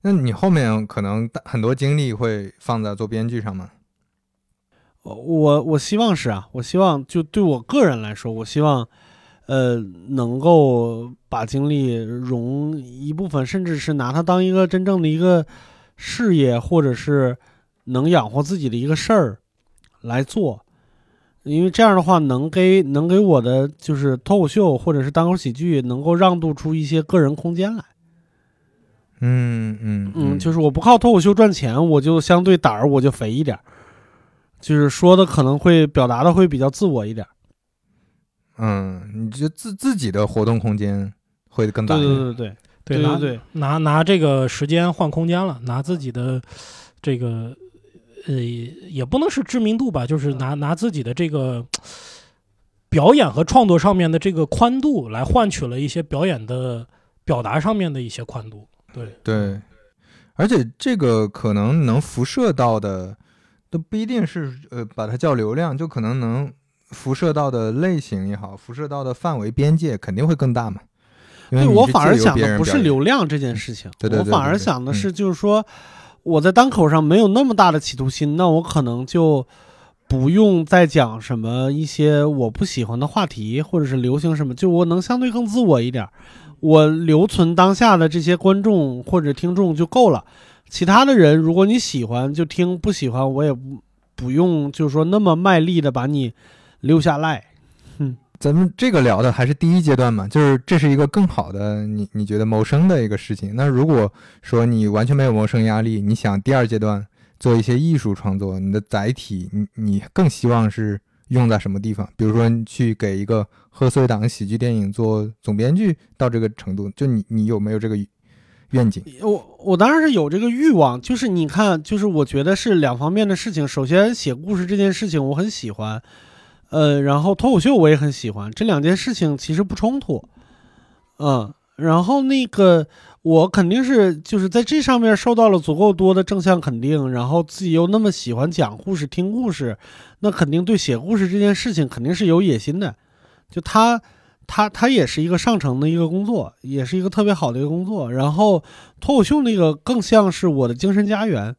那你后面可能很多精力会放在做编剧上吗？ 我我希望是啊，我希望就对我个人来说，我希望呃能够把精力融一部分，甚至是拿它当一个真正的一个事业，或者是能养活自己的一个事儿来做。因为这样的话能给能给我的就是脱口秀或者是单口喜剧能够让渡出一些个人空间来。 嗯嗯嗯，就是我不靠脱口秀赚钱，我就相对胆儿我就肥一点，就是说的可能会表达的会比较自我一点。 嗯，你就自自己的活动空间会更大一点。 对对对对对对对对， 拿拿这个时间换空间了，拿自己的这个呃也不能是知名度吧，就是拿拿自己的这个表演和创作上面的这个宽度来换取了一些表演的表达上面的一些宽度。对对，而且这个可能能辐射到的都不一定是呃把它叫流量，就可能能辐射到的类型也好，辐射到的范围边界肯定会更大嘛。因为对，我反而想的的不是流量这件事情， 对对对对对， 我反而想的是就是说、嗯、我在单口上没有那么大的企图心，那我可能就不用再讲什么一些我不喜欢的话题或者是流行什么，就我能相对更自我一点，我留存当下的这些观众或者听众就够了。其他的人如果你喜欢就听，不喜欢我也不不用就是说那么卖力的把你留下来。嗯， 咱们这个聊的还是第一阶段嘛，就是这是一个更好的你你觉得谋生的一个事情。那如果说你完全没有谋生压力，你想第二阶段做一些艺术创作，你的载体你你更希望是用在什么地方？比如说你去给一个贺岁档喜剧电影做总编剧，到这个程度，就你你有没有这个愿景？ 我我当然是有这个欲望，就是你看，就是我觉得是两方面的事情。首先写故事这件事情我很喜欢，呃，然后脱口秀我也很喜欢，这两件事情其实不冲突。嗯，然后那个我肯定是就是在这上面受到了足够多的正向肯定，然后自己又那么喜欢讲故事听故事，那肯定对写故事这件事情肯定是有野心的。就他他他也是一个上乘的一个工作，也是一个特别好的一个工作。然后脱口秀那个更像是我的精神家园。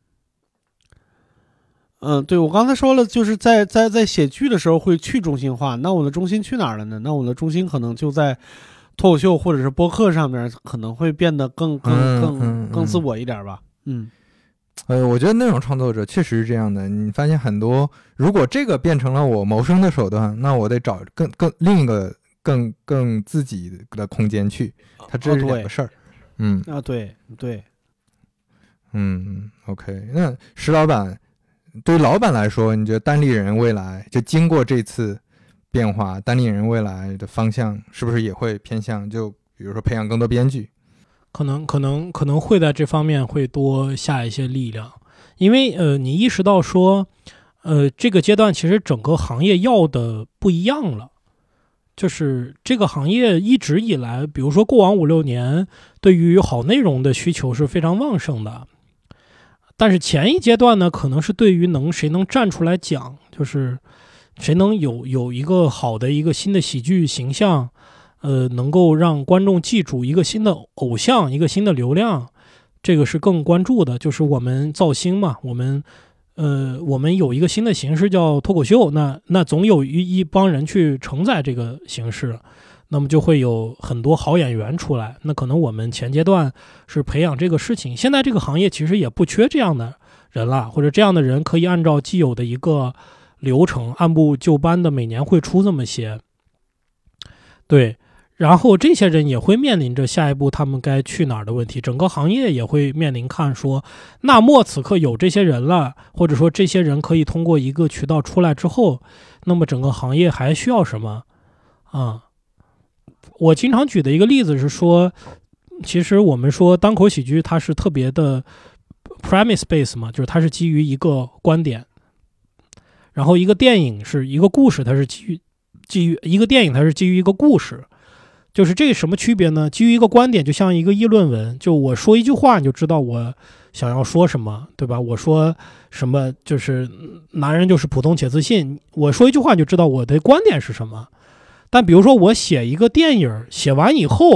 嗯，对，我刚才说了，就是在在在写剧的时候会去中心化，那我的中心去哪儿了呢？那我的中心可能就在脱口秀或者是播客上面，可能会变得更更更、嗯、更自我一点吧。嗯， 呃，我觉得内容创作者确实是这样的。你发现很多，如果这个变成了我谋生的手段，那我得找更更另一个更更自己的空间去。它这是两个事儿。嗯啊，对对， 嗯 ，OK。那石老板。对于老板来说，你觉得单立人未来就经过这次变化，单立人未来的方向是不是也会偏向就比如说培养更多编剧？ 可能可能可能会在这方面会多下一些力量，因为呃，你意识到说，呃，这个阶段其实整个行业要的不一样了，就是这个行业一直以来，比如说过往五六年，对于好内容的需求是非常旺盛的。但是前一阶段呢，可能是对于能谁能站出来讲，就是谁能有有一个好的一个新的喜剧形象，呃，能够让观众记住一个新的偶像，一个新的流量，这个是更关注的。就是我们造星嘛，我们呃，我们有一个新的形式叫脱口秀，那那总有一一帮人去承载这个形式。那么就会有很多好演员出来，那可能我们前阶段是培养这个事情，现在这个行业其实也不缺这样的人了，或者这样的人可以按照既有的一个流程按部就班的每年会出这么些，对，然后这些人也会面临着下一步他们该去哪儿的问题，整个行业也会面临看说，那么此刻有这些人了，或者说这些人可以通过一个渠道出来之后，那么整个行业还需要什么啊？我经常举的一个例子是说，其实我们说单口喜剧它是特别的 premise base 嘛，就是它是基于一个观点，然后一个电影是一个故事，它是基于基于一个电影它是基于一个故事，就是这个什么区别呢？基于一个观点就像一个议论文，就我说一句话你就知道我想要说什么，对吧？我说什么就是男人就是普通且自信，我说一句话你就知道我的观点是什么。但比如说我写一个电影，写完以后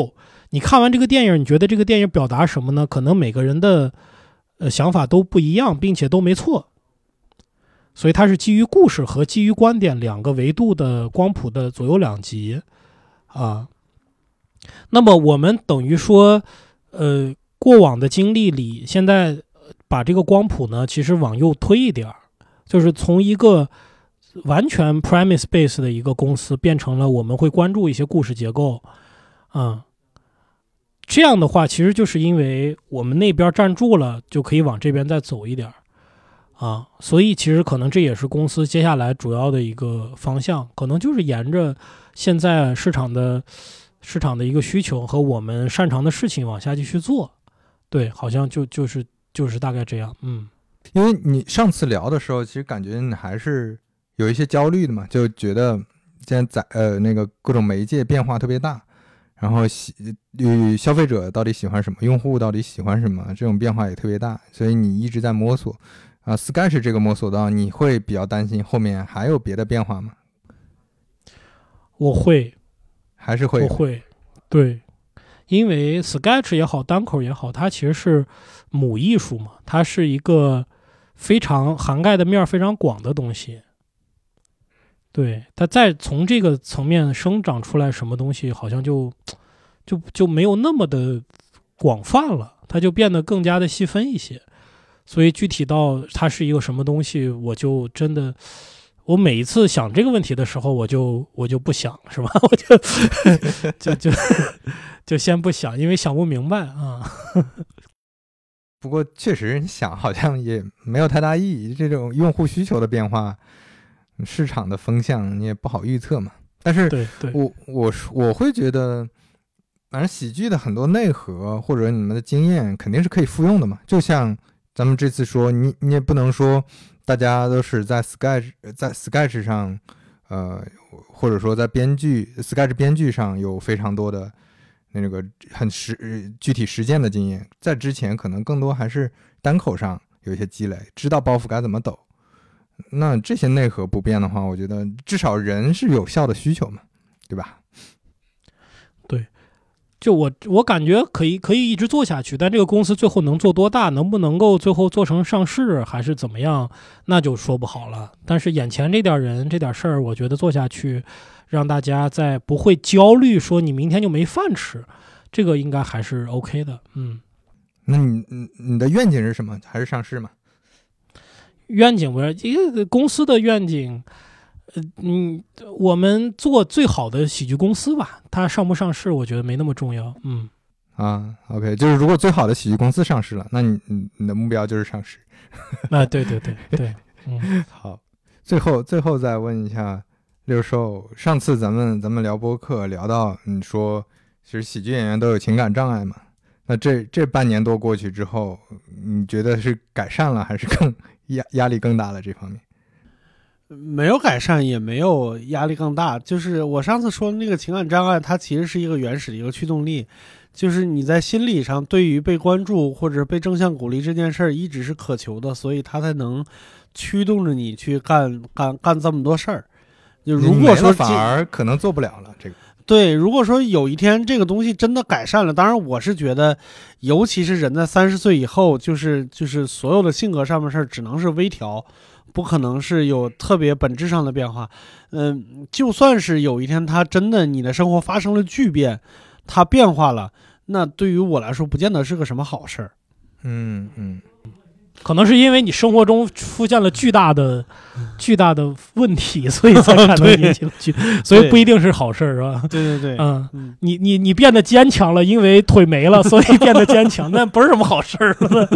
你看完这个电影，你觉得这个电影表达什么呢？可能每个人的呃想法都不一样，并且都没错。所以它是基于故事和基于观点两个维度的光谱的左右两极啊。那么我们等于说，呃，过往的经历里，现在把这个光谱呢，其实往右推一点，就是从一个完全 premise base 的一个公司，变成了我们会关注一些故事结构，啊、嗯，这样的话，其实就是因为我们那边站住了，就可以往这边再走一点。啊，所以其实可能这也是公司接下来主要的一个方向，可能就是沿着现在市场的市场的一个需求和我们擅长的事情往下继续做。对，好像就就是就是大概这样。嗯， 因为你上次聊的时候，其实感觉你还是有一些焦虑的嘛，就觉得现在在呃那个各种媒介变化特别大，然后喜与消费者到底喜欢什么，用户到底喜欢什么，这种变化也特别大，所以你一直在摸索。啊 ，Sketch 这个摸索到，你会比较担心后面还有别的变化吗？ 我会， 还是会， 我会，对，因为 Sketch 也好，单口也好，它其实是母艺术嘛，它是一个非常涵盖的面非常广的东西。对，它再从这个层面生长出来什么东西，好像就就就没有那么的广泛了，它就变得更加的细分一些。所以具体到它是一个什么东西，我就真的，我每一次想这个问题的时候，我就我就不想，是吧？我就就就就先不想，因为想不明白啊。 不过确实，你想好像也没有太大意义。这种用户需求的变化，市场的风向你也不好预测嘛。但是对对， 我我我会觉得，反正喜剧的很多内核或者你们的经验肯定是可以复用的嘛，就像。咱们这次说，你你也不能说大家都是在 Sketch 在 Sketch 上，呃，或者说在编剧 Sketch 编剧上有非常多的那个很实具体实践的经验，在之前可能更多还是单口上有一些积累，知道包袱该怎么抖。那这些内核不变的话，我觉得至少人是有效的需求嘛，对吧？ 对。就我我感觉可以可以一直做下去，但这个公司最后能做多大，能不能够最后做成上市还是怎么样，那就说不好了。但是眼前这点人这点事儿，我觉得做下去，让大家在不会焦虑说你明天就没饭吃，这个应该还是 OK 的。嗯， 那你你的愿景是什么？还是上市吗？ 愿景不是一个公司的愿景。呃，嗯，我们做最好的喜剧公司吧，它上不上市，我觉得没那么重要。嗯， 啊 ，OK， 就是如果最好的喜剧公司上市了，那你你你的目标就是上市。 啊，对对对对，嗯， 好，最后最后再问一下六兽，上次咱们咱们聊播客聊到你说，其实喜剧演员都有情感障碍嘛？那这这半年多过去之后，你觉得是改善了，还是更压压力更大了这方面？ 没有改善，也没有压力更大。就是我上次说的那个情感障碍，它其实是一个原始的一个驱动力，就是你在心理上对于被关注或者被正向鼓励这件事儿一直是渴求的，所以它才能驱动着你去干干干这么多事儿。就如果说反而可能做不了了，这个对，如果说有一天这个东西真的改善了，当然我是觉得，尤其是人在三十岁以后，就是就是所有的性格上面事儿只能是微调。不可能是有特别本质上的变化，嗯，就算是有一天它真的你的生活发生了巨变，它变化了，那对于我来说不见得是个什么好事儿。 嗯嗯， 可能是因为你生活中出现了巨大的、巨大的问题，所以才看到引起了巨，所以不一定是好事儿，是吧？ 对对对， 嗯，嗯你你你变得坚强了，因为腿没了，所以变得坚强，那不是什么好事儿。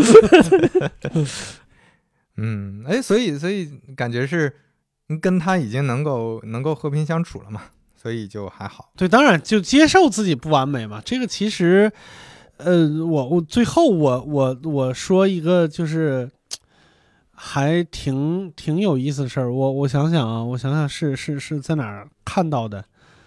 嗯，哎，所以所以感觉是跟他已经能够能够和平相处了嘛，所以就还好。 对，当然就接受自己不完美嘛。这个其实，呃，我我最后我我我说一个就是还挺挺有意思的事儿。我我想想啊，我想想是是是在哪儿看到的，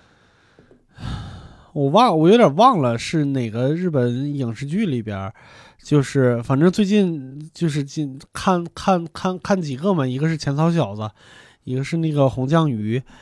我忘我有点忘了是哪个日本影视剧里边。就是反正最近就是近看看看看几个嘛，一个是前草小子，一个是那个红酱鱼，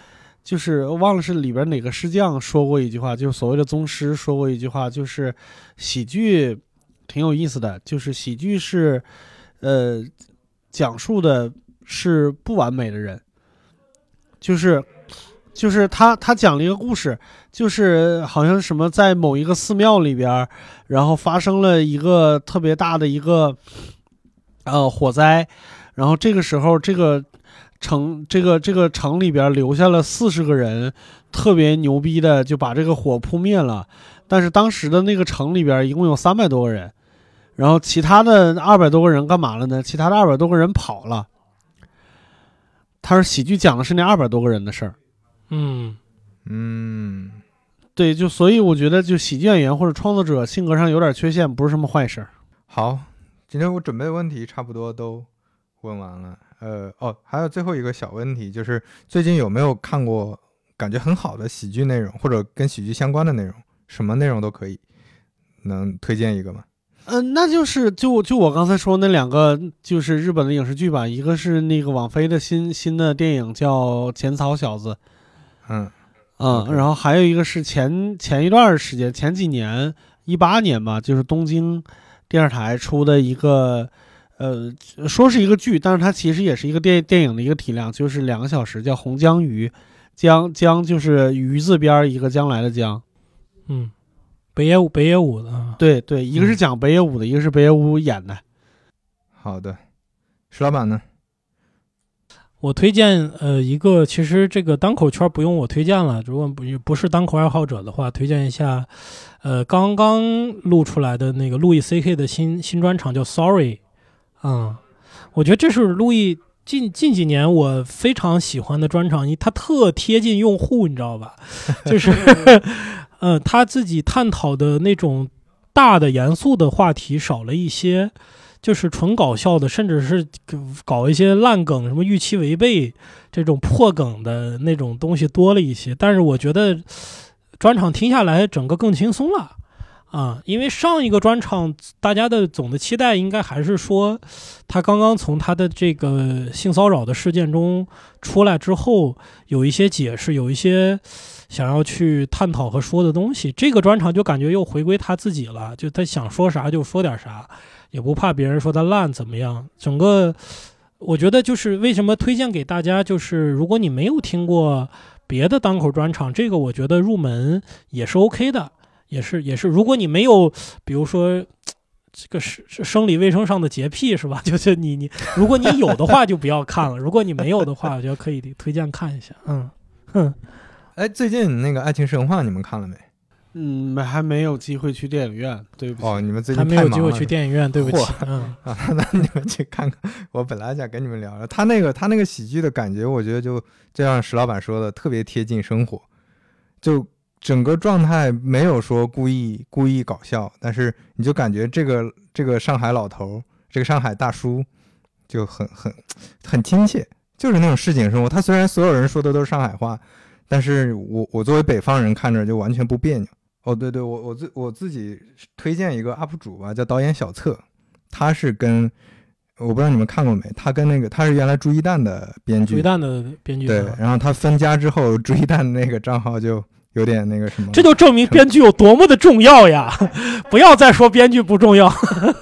就是忘了是里边哪个师匠说过一句话，就是所谓的宗师说过一句话，就是喜剧挺有意思的，就是喜剧是呃讲述的是不完美的人，就是就是他他讲了一个故事，就是好像什么在某一个寺庙里边，然后发生了一个特别大的一个呃火灾，然后这个时候这个城这个这个城里边留下了四十个人，特别牛逼的就把这个火扑灭了，但是当时的那个城里边一共有三百多个人，然后其他的二百多个人干嘛了呢？其他的二百多个人跑了。他说喜剧讲的是那二百多个人的事儿。 嗯嗯， 对，就所以我觉得就喜剧演员或者创作者性格上有点缺陷不是什么坏事。 好，今天我准备的问题差不多都问完了。呃，哦，还有最后一个小问题，就是最近有没有看过感觉很好的喜剧内容，或者跟喜剧相关的内容，什么内容都可以，能推荐一个吗？ 嗯、呃，那就是就就我刚才说那两个，就是日本的影视剧吧，一个是那个网飞的新新的电影叫《浅草小子》， 嗯嗯， okay. 然后还有一个是前前一段时间，前几年一八年吧，就是东京电视台出的一个，呃，说是一个剧，但是它其实也是一个电电影的一个体量，就是两个小时，叫《红江鱼》，江江就是鱼字边一个将来的江， 嗯。北野武，北野武的， 对对，一个是讲北野武的，嗯、一个是北野武演的。 好的，石老板呢？ 我推荐呃一个，其实这个单口圈不用我推荐了，如果不不是单口爱好者的话，推荐一下，呃，刚刚录出来的那个路易 C K 的新新专场叫 Sorry， 嗯，我觉得这是路易近近几年我非常喜欢的专场，他特贴近用户，你知道吧？就是。呃，他自己探讨的那种大的严肃的话题少了一些，就是纯搞笑的，甚至是搞一些烂梗，什么预期违背这种破梗的那种东西多了一些。但是我觉得专场听下来整个更轻松了啊，因为上一个专场大家的总的期待应该还是说他刚刚从他的这个性骚扰的事件中出来之后有一些解释，有一些想要去探讨和说的东西，这个专场就感觉又回归他自己了，就他想说啥就说点啥，也不怕别人说他烂怎么样。整个我觉得就是为什么推荐给大家，就是如果你没有听过别的单口专场，这个我觉得入门也是 OK 的，也是也是如果你没有比如说这个是生理卫生上的洁癖是吧，就是你你如果你有的话就不要看了，如果你没有的话我觉得可以推荐看一下。嗯哼。 哎，最近那个《爱情神话》你们看了没？ 嗯，还没有机会去电影院，对不起。 哦，你们最近还没有机会去电影院，对不起。嗯啊，那你们去看看。我本来想跟你们聊聊他那个他那个喜剧的感觉，我觉得就就像石老板说的，特别贴近生活，就整个状态没有说故意故意搞笑，但是你就感觉这个这个上海老头，这个上海大叔就很很很亲切，就是那种市井生活。他虽然所有人说的都是上海话。但是我我作为北方人看着就完全不别扭。哦，对对，我我自我自己推荐一个 U P 主吧，叫导演小策，他是跟我不知道你们看过没，他跟那个他是原来朱一蛋的编剧， 朱一蛋的编剧， 对，然后他分家之后，朱一蛋那个账号就有点那个什么， 这就证明编剧有多么的重要呀！不要再说编剧不重要，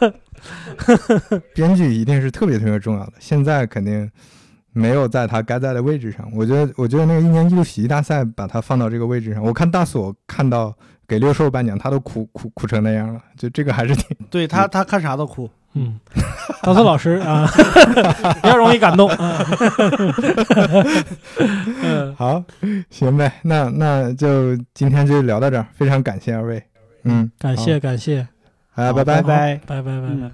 编剧一定是特别特别重要的，现在肯定。没有在他该在的位置上，我觉得，我觉得那个一年一度喜剧大赛把他放到这个位置上，我看大锁看到给六兽颁奖，他都哭哭哭成那样了，就这个还是挺对他，他看啥都哭。 嗯，大锁老师啊，比较容易感动。 嗯，好，行呗，那那就今天就聊到这儿，非常感谢二位，嗯， 感谢感谢， 啊，拜拜拜拜拜拜拜拜。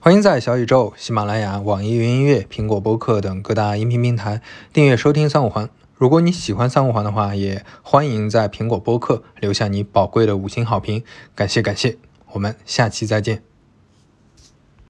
欢迎在小宇宙、喜马拉雅、网易云音乐、苹果播客等各大音频平台订阅收听三五环。如果你喜欢三五环的话，也欢迎在苹果播客留下你宝贵的五星好评，感谢感谢，我们下期再见。